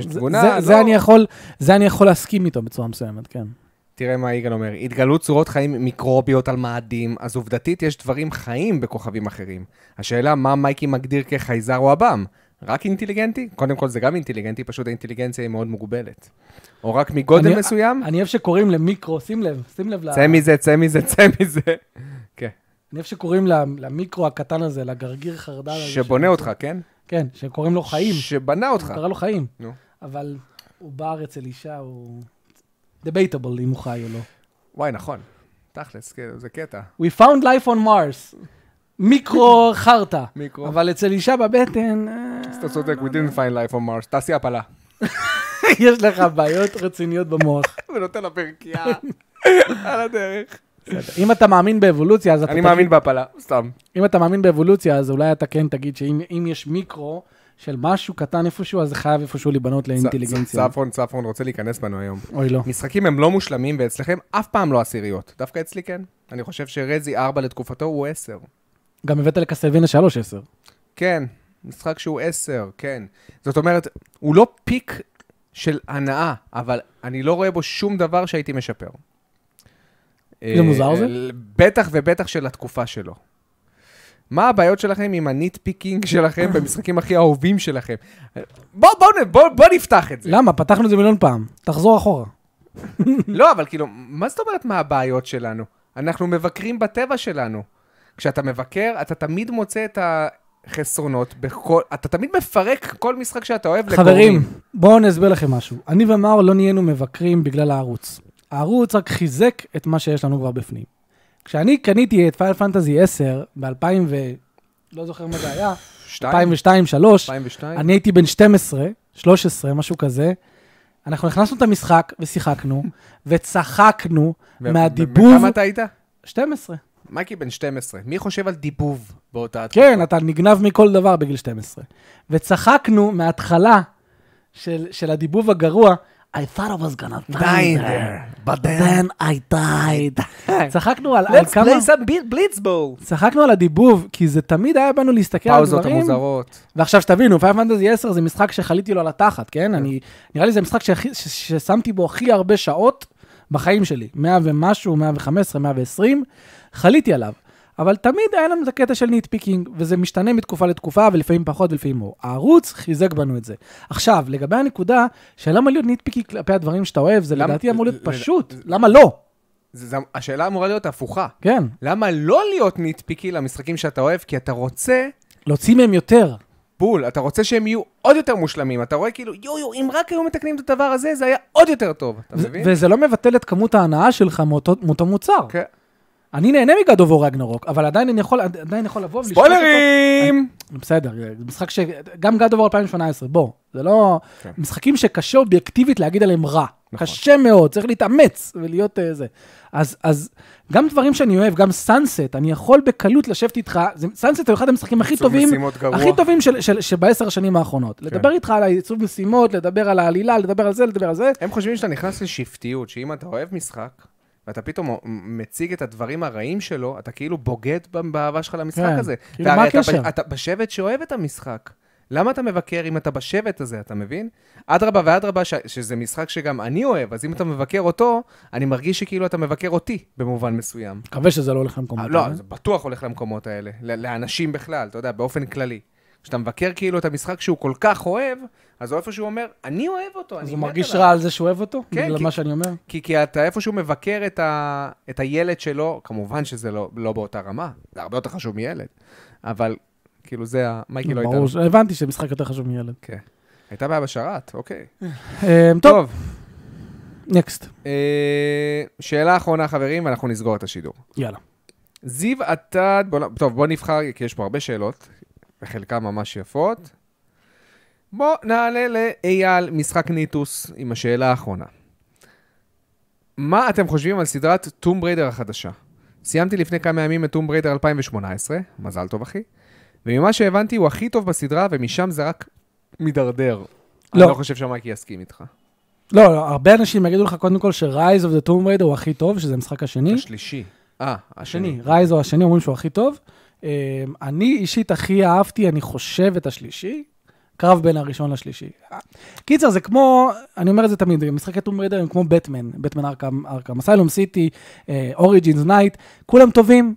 זה אני יכול להסכים איתו בצורה מסוימת, כן. תראה מה יגאל אומר, התגלו צורות חיים מיקרוביות על מאדים, אז עובדתית יש דברים חיים בכוכבים אחרים. השאלה מה מייקי מגדיר כחייזר או אב"ם? רק אינטליגנטי? קודם כל זה גם אינטליגנטי, פשוט האינטליגנציה היא מאוד מוגבלת. או רק מגודל מסוים? אני אוהב שקוראים למיקרו, שים לב. צא מזה. כן. אני אוהב שקוראים למיקרו הקטן הזה, לגרגיר חרדל. שבונה אותך, כן? כן, שקוראים לו חיים. שבנה אותך. קרא לו חיים. אבל הוא בא אצל אישה, הוא debatable אם הוא חי או לא. וואי, נכון. תכלס, זה קטע. We found life on Mars. מיקרו חרטה. אבל אצל אישה בבטן... אז אתה צודק, we didn't find life on Mars. תעשי הפלה. יש לך בעיות רציניות במוח. ונותן לה פרקייה על הדרך. אם אתה מאמין באבולוציה, אז אתה... אני מאמין בהפלה, סתם. אם אתה מאמין באבולוציה, אז אולי אתה כן תגיד שאם יש מיקרו של משהו קטן איפשהו, אז זה חייב איפשהו להיבנות לאינטליגנציה. צפרון רוצה להיכנס בנו היום. אוי לא. משחקים הם לא מושלמים, ואצלכם אף פעם לא עשיריות. דווקא אצלי כן. אני חושב שרזי 4 לתקופתו הוא 10. גם הבאת לקסלווינה 3 10. כן, משחק שהוא 10, כן. זאת אומרת, הוא לא פיק של הנאה, אבל אני לא רואה בו שום דבר שהייתי משפר. זה מוזר זה? בטח ובטח של התקופה שלו. מה הבעיות שלכם עם הניט פיקינג שלכם במשחקים הכי אהובים שלכם? בוא נפתח את זה. למה? פתחנו את זה מיליון פעם. תחזור אחורה. לא, אבל כאילו, מה זאת אומרת מה הבעיות שלנו? אנחנו מבקרים בטבע שלנו. כשאתה מבקר, אתה תמיד מוצא את החסרונות, אתה תמיד מפרק כל משחק שאתה אוהב לקוראים. חברים, בואו נסביר לכם משהו. אני ומאור לא נהיינו מבקרים בגלל הערוץ. הערוץ רק חיזק את מה שיש לנו כבר בפנים. כשאני קניתי את פיינל פנטזי 10 ב-2000 לא זוכר מה זה היה, 2002, 2003, אני הייתי בן 12, 13, משהו כזה. אנחנו נכנסנו את המשחק ושיחקנו, וצחקנו מהדיבוב. וכמה אתה היית? 12. מייקי בן 12. מי חושב על דיבוב באותה התקופה? כן, אתה נגנב מכל דבר בגיל 12. וצחקנו מההתחלה של הדיבוב הגרוע, I thought I was gonna die there, but then I died. צחקנו על כמה... Let's play some blitzball. צחקנו על הדיבוב, כי זה תמיד היה בנו להסתכל על דברים. פאוזות המוזרות. ועכשיו שתבינו, פיינל פנטזי 10 זה משחק שחליתי לו על התחת, כן? נראה לי זה משחק ששמתי בו הכי הרבה שעות בחיים שלי. 100 ומשהו, 115, 120, חליתי עליו. אבל תמיד היה לנו את הקטע של ניט פיקינג, וזה משתנה מתקופה לתקופה, ולפעמים פחות ולפעמים לא. הערוץ חיזק בנו את זה. עכשיו, לגבי הנקודה, שלמה להיות ניט פיקינג כלפי הדברים שאתה אוהב, זה לדעתי אמור להיות פשוט. למה לא? השאלה אמורה להיות הפוכה. כן. למה לא להיות ניט פיקי למשחקים שאתה אוהב? כי אתה רוצה... להוציא מהם יותר. בול, אתה רוצה שהם יהיו עוד יותר מושלמים. אתה רואה כאילו, אם רק היו מתקנים את הדבר הזה, זה היה עוד יותר טוב. אתה מבין? וזה לא מבטל את כמות ההנאה שלך מאותו מוצר. כן. אני נהנה מגד אוף וור רגנרוק, אבל עדיין אני יכול לבוא ולשפוט אותו. ספוילרים! בסדר, זה משחק גם גד אוף וור 2018, בוא, זה לא... משחקים שקשה אובייקטיבית להגיד עליהם רע. קשה מאוד, צריך להתאמץ ולהיות זה. אז גם דברים שאני אוהב, גם סאנסט, אני יכול בקלות לשבת איתך, סאנסט הוא אחד המשחקים הכי טובים שב10 השנים האחרונות. לדבר איתך על העיצוב משימות, לדבר על העלילה, לדבר על זה, לדבר על זה. הם חושבים שאתה נכנס לשבטיות, שאם אתה אוהב משחק, ואתה פתאום מציג את הדברים הרעים שלו, אתה כאילו בוגד באהבה שלך למשחק הזה. כאילו מה הקשר? אתה בשבט שאוהב את המשחק. למה אתה מבקר אם אתה בשבט הזה, אתה מבין? אדרבה ואדרבה, שזה משחק שגם אני אוהב, אז אם אתה מבקר אותו, אני מרגיש שכאילו אתה מבקר אותי, במובן מסוים. מקווה שזה לא הולך למקומות האלה. לא, זה בטוח הולך למקומות האלה, לאנשים בכלל, אתה יודע, באופן כללי. כשאתה מבקר כאילו את המשחק שהוא כל כך אוהב, אז הוא איפשהו אומר, אני אוהב אותו, אז הוא מרגיש רע על זה שהוא אוהב אותו? כן, בגלל מה שאני אומר? כי אתה איפשהו מבקר את הילד שלו, כמובן שזה לא באותה רמה, זה הרבה יותר חשוב מילד, אבל כאילו זה, מייקי לא הייתה. ברור, הבנתי שמשחק יותר חשוב מילד. כן. הייתה בעיה בשרת, אוקיי. טוב. נקסט. שאלה אחרונה, חברים, ואנחנו נסגור את השידור. יאללה. זיו עתד, טוב, בוא נבחר, כי יש פה הרבה שאלות, וחלקן ממש יפות. בוא נעלה לאייל משחק ניטוס עם השאלה האחרונה. מה אתם חושבים על סדרת טום בריידר החדשה? סיימתי לפני כמה ימים את טום בריידר 2018, מזל טוב אחי, וממה שהבנתי הוא הכי טוב בסדרה, ומשם זה רק מדרדר. אני לא חושב שמייקי יסכים איתך. לא, הרבה אנשים יגידו לך קודם כל ש-Rise of the Tomb Raider הוא הכי טוב, שזה המשחק השני. השלישי. השני. Rise הוא השני, אומרים שהוא הכי טוב. אני אישית הכי אהבתי, אני חושב את השלישי, קרב בין הראשון לשלישי. קיצר, זה כמו, אני אומר את זה תמיד, משחקי טום בריידר הם כמו בטמן ארכם, אסיילום סיטי, אוריג'ינס נייט, כולם טובים,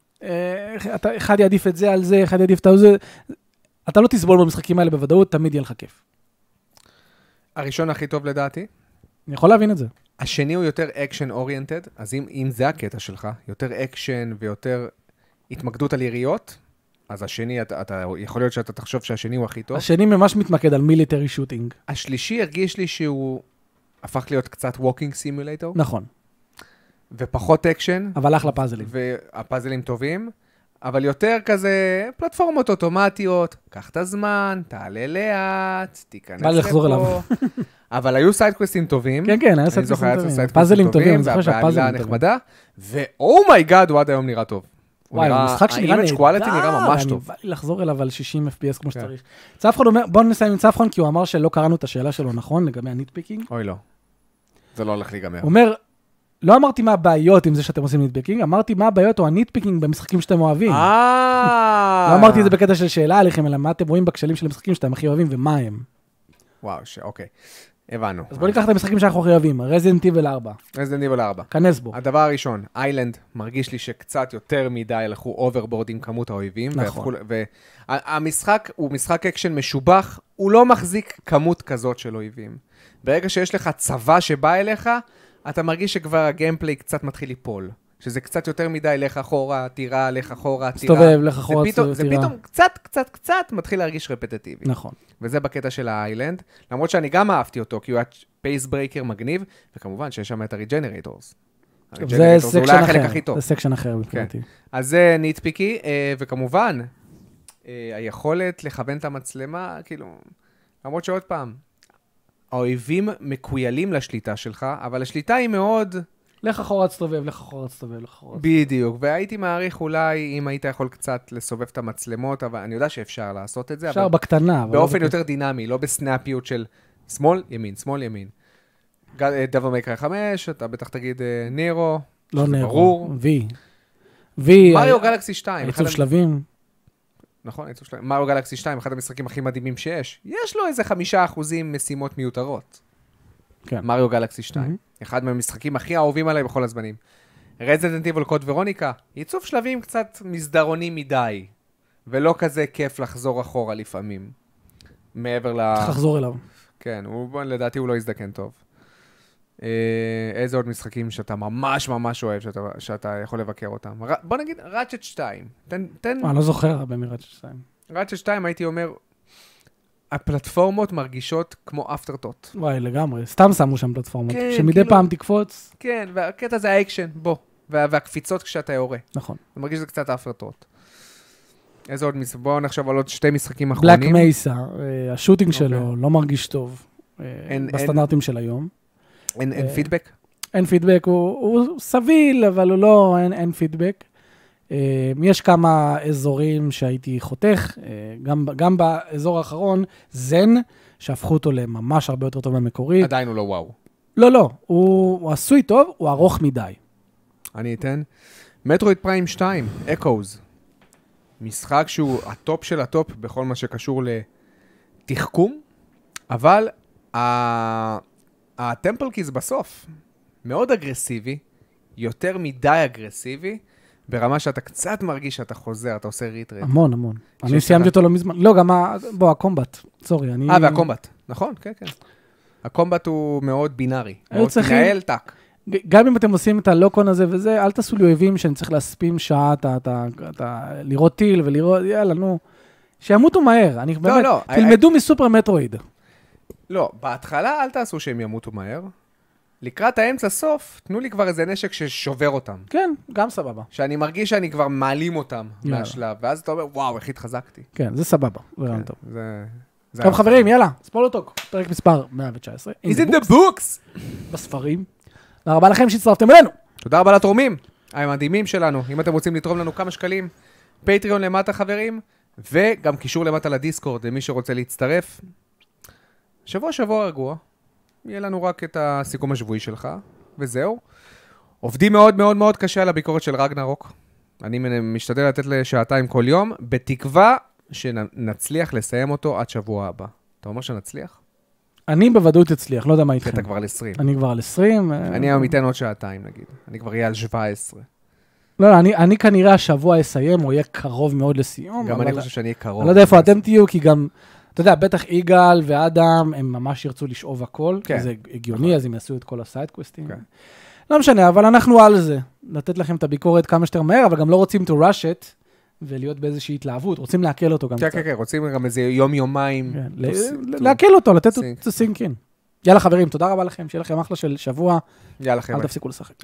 אחד יעדיף את זה על זה, אחד יעדיף את זה, אתה לא תסבול במשחקים האלה בוודאות, תמיד יהיה לך כיף. הראשון הכי טוב לדעתי. אני יכול להבין את זה. השני הוא יותר אקשן אוריינטד, אז אם זה הקטע שלך, יותר אקשן ויותר התמקדות על יריות, אז השני, אתה יכול להיות שאתה תחשוב שהשני הוא הכי טוב. השני ממש מתמקד על מיליטרי שוטינג. השלישי הרגיש לי שהוא הפך להיות קצת ווקינג סימולטור. נכון. ופחות אקשן. אבל אחלה פאזלים. והפאזלים טובים, אבל יותר כזה פלטפורמות אוטומטיות, קח את הזמן, תעלה לאט, תיכנס לפה. בא לחזור אליו. אבל היו סיידקווסטים טובים. כן, כן, היו סיידקווסטים טובים. פאזלים טובים, אני זוכר שהפאזלים טובים. נחמדה, ואומייגאד, הוא עד היום נראה טוב. וואי, המשחק שנראה נהדר, נראה ממש טוב. אני בא לי לחזור אליו על 60 FPS כמו שצריך. צפחון אומר, בואו נסיים עם צפחון, כי הוא אמר שלא קראנו את השאלה שלו נכון, לגבי הניטפיקינג. אוי לא, זה לא הולך להיגמר. הוא אומר, לא אמרתי מה הבעיות עם זה שאתם עושים ניטפיקינג, אמרתי מה הבעיות או הניטפיקינג במשחקים שאתם אוהבים. לא אמרתי את זה בקטע של שאלה עליכם, אלא מה אתם רואים בכשלים של המשחקים שאתם הכי אוהבים ומה הם. וואו, אוקיי. הבנו. אז בוא ניקח את המשחקים שאנחנו הכי אוהבים, Resident Evil 4. Resident Evil 4. כנס בו. הדבר הראשון, איילנד, מרגיש לי שקצת יותר מדי הלכו אוברבורד עם כמות האויבים. נכון. והמשחק הוא משחק אקשן משובח, הוא לא מחזיק כמות כזאת של אויבים. ברגע שיש לך צבא שבא אליך, אתה מרגיש שכבר הגיימפליי קצת מתחיל ליפול. שזה קצת יותר מדי, לך אחורה, תירה, לך אחורה, תירה. סתובב, לך אחורה, תירה. זה פתאום קצת מתחיל להרגיש רפטטיבי. נכון. וזה בקטע של האיילנד, למרות שאני גם אהבתי אותו, כי הוא היה פייס ברייקר מגניב, וכמובן שיש שם את הריג'נרייטורס. זה סקשן אחר, זה סקשן אחר מבחינתי. אז זה ניטפיקי, וכמובן, היכולת לכוון את המצלמה, כאילו, למרות שעוד פעם, האויבים מקוילים לשליטה שלך, אבל השליטה היא מאוד... לך אחורה תסתובב, לך אחורה תסתובב, לך אחורה. בדיוק, והייתי מעריך אולי אם היית יכול קצת לסובב את המצלמות, אבל אני יודע שאפשר לעשות את זה. אפשר בקטנה. באופן יותר דינמי, לא בסנאפיות של שמאל, ימין, שמאל, ימין. דבל מייקרי 5, אתה בטח תגיד נירו. לא נירו, ברור. וי. מריו גלקסי 2. עיצוב שלבים. נכון, עיצוב שלבים. מריו גלקסי 2, אחד המשחקים הכי מדהימים שיש. יש לו איזה 5% משימות מיותרות. כן. מריו גלקסי 2. אחד מהמשחקים הכי אהובים עליי בכל הזמנים. רזידנט איבל קוד ורוניקה, עיצוב שלבים קצת מסדרוני מדי, ולא כזה כיף לחזור אחורה לפעמים. מעבר צריך לחזור אליו. כן, לדעתי הוא לא יזדקן טוב. איזה עוד משחקים שאתה ממש ממש אוהב, שאתה יכול לבקר אותם? בוא נגיד, ראצ'ט 2. אני לא זוכר הרבה מראצ'ט 2. ראצ'ט 2 הייתי אומר, הפלטפורמות מרגישות כמו אפטרטוט. וואי, לגמרי. סתם שמו שם פלטפורמות. כן, שמדי כאילו... פעם תקפוץ. כן, והקטע זה האקשן, בוא. והקפיצות כשאתה יורה. נכון. זה מרגיש שזה קצת אפטרטוט. איזה עוד משחק? בואו נחשוב על עוד שתי משחקים אחרונים. בלק מייסה, השוטינג שלו לא מרגיש טוב. בסטנדרטים של היום. אין פידבק? אין פידבק, הוא סביל, אבל הוא לא, אין פידבק. יש כמה אזורים שהייתי חותך, גם באזור האחרון, זן, שהפכו אותו לממש הרבה יותר טוב מהמקורי. עדיין הוא לא וואו. לא, הוא עשוי טוב, הוא ארוך מדי. אני אתן. מטרויד פריים 2, אקוז. משחק שהוא הטופ של הטופ בכל מה שקשור תחכום, אבל הטמפל קיז בסוף מאוד אגרסיבי, יותר מדי אגרסיבי, ברמה שאתה קצת מרגיש שאתה חוזר, אתה עושה ריטרייט. המון, המון. אני סיימתי אותו לא מזמן. לא, גם הקומבט. סורי, אני... והקומבט. נכון, כן, כן. הקומבט הוא מאוד בינארי. מאוד מנהל טק. גם אם אתם עושים את הלוקון הזה וזה, אל תעשו לי אויבים שאני צריך להספים שעה, לראות טיל ולראות, יאללה, נו. שימותו מהר. אני באמת, תלמדו מסופר מטרואיד. לא, בהתחלה אל תעשו שהם ימותו מהר. לקראת האמצע סוף, תנו לי כבר איזה נשק ששובר אותם. כן, גם סבבה. שאני מרגיש שאני כבר מעלים אותם מהשלב, ואז אתה אומר, וואו, איך התחזקתי. כן, זה סבבה. זה רעיון טוב. טוב, חברים, יאללה, ספוילרטוק, פרק מספר 119. Is it the books? בספרים. תודה רבה לכם שהצטרפתם אלינו. תודה רבה לתורמים, המדהימים שלנו. אם אתם רוצים לתרום לנו כמה שקלים, פטריון למטה חברים, וגם קישור למטה לדיסקורד, למי שרוצה להצטרף. שבוע רגוע. יהיה לנו רק את הסיכום השבועי שלך, וזהו. עובדים מאוד מאוד מאוד קשה על הביקורת של רגנרוק. אני משתדל לתת לשעתיים כל יום, בתקווה שנצליח לסיים אותו עד שבוע הבא. אתה אומר שנצליח? אני בוודאות אצליח, לא יודע מה איתכם. אתה כבר על 20. אני כבר על 20. אני היום אתן עוד שעתיים נגיד. אני כבר אהיה על 17. לא, אני כנראה השבוע אסיים, או יהיה קרוב מאוד לסיום. גם אני חושב שאני אהיה קרוב. אני לא יודע איפה אתם תהיו, כי גם... אתה יודע, בטח יגאל ואדם, הם ממש ירצו לשאוב הכל, כי זה הגיוני, אז הם יעשו את כל הסיידקווסטים. לא משנה, אבל אנחנו על זה. לתת לכם את הביקורת כמה שיותר מהר, אבל גם לא רוצים to rush it, ולהיות באיזושהי התלהבות, רוצים להקל אותו גם קצת. כן, רוצים גם איזה יום-יומיים. להקל אותו, לתת אותו סינקין. יאללה חברים, תודה רבה לכם, שיהיה לכם אחלה של שבוע. יאללה חבר'ה. אל תפסיקו לשחק.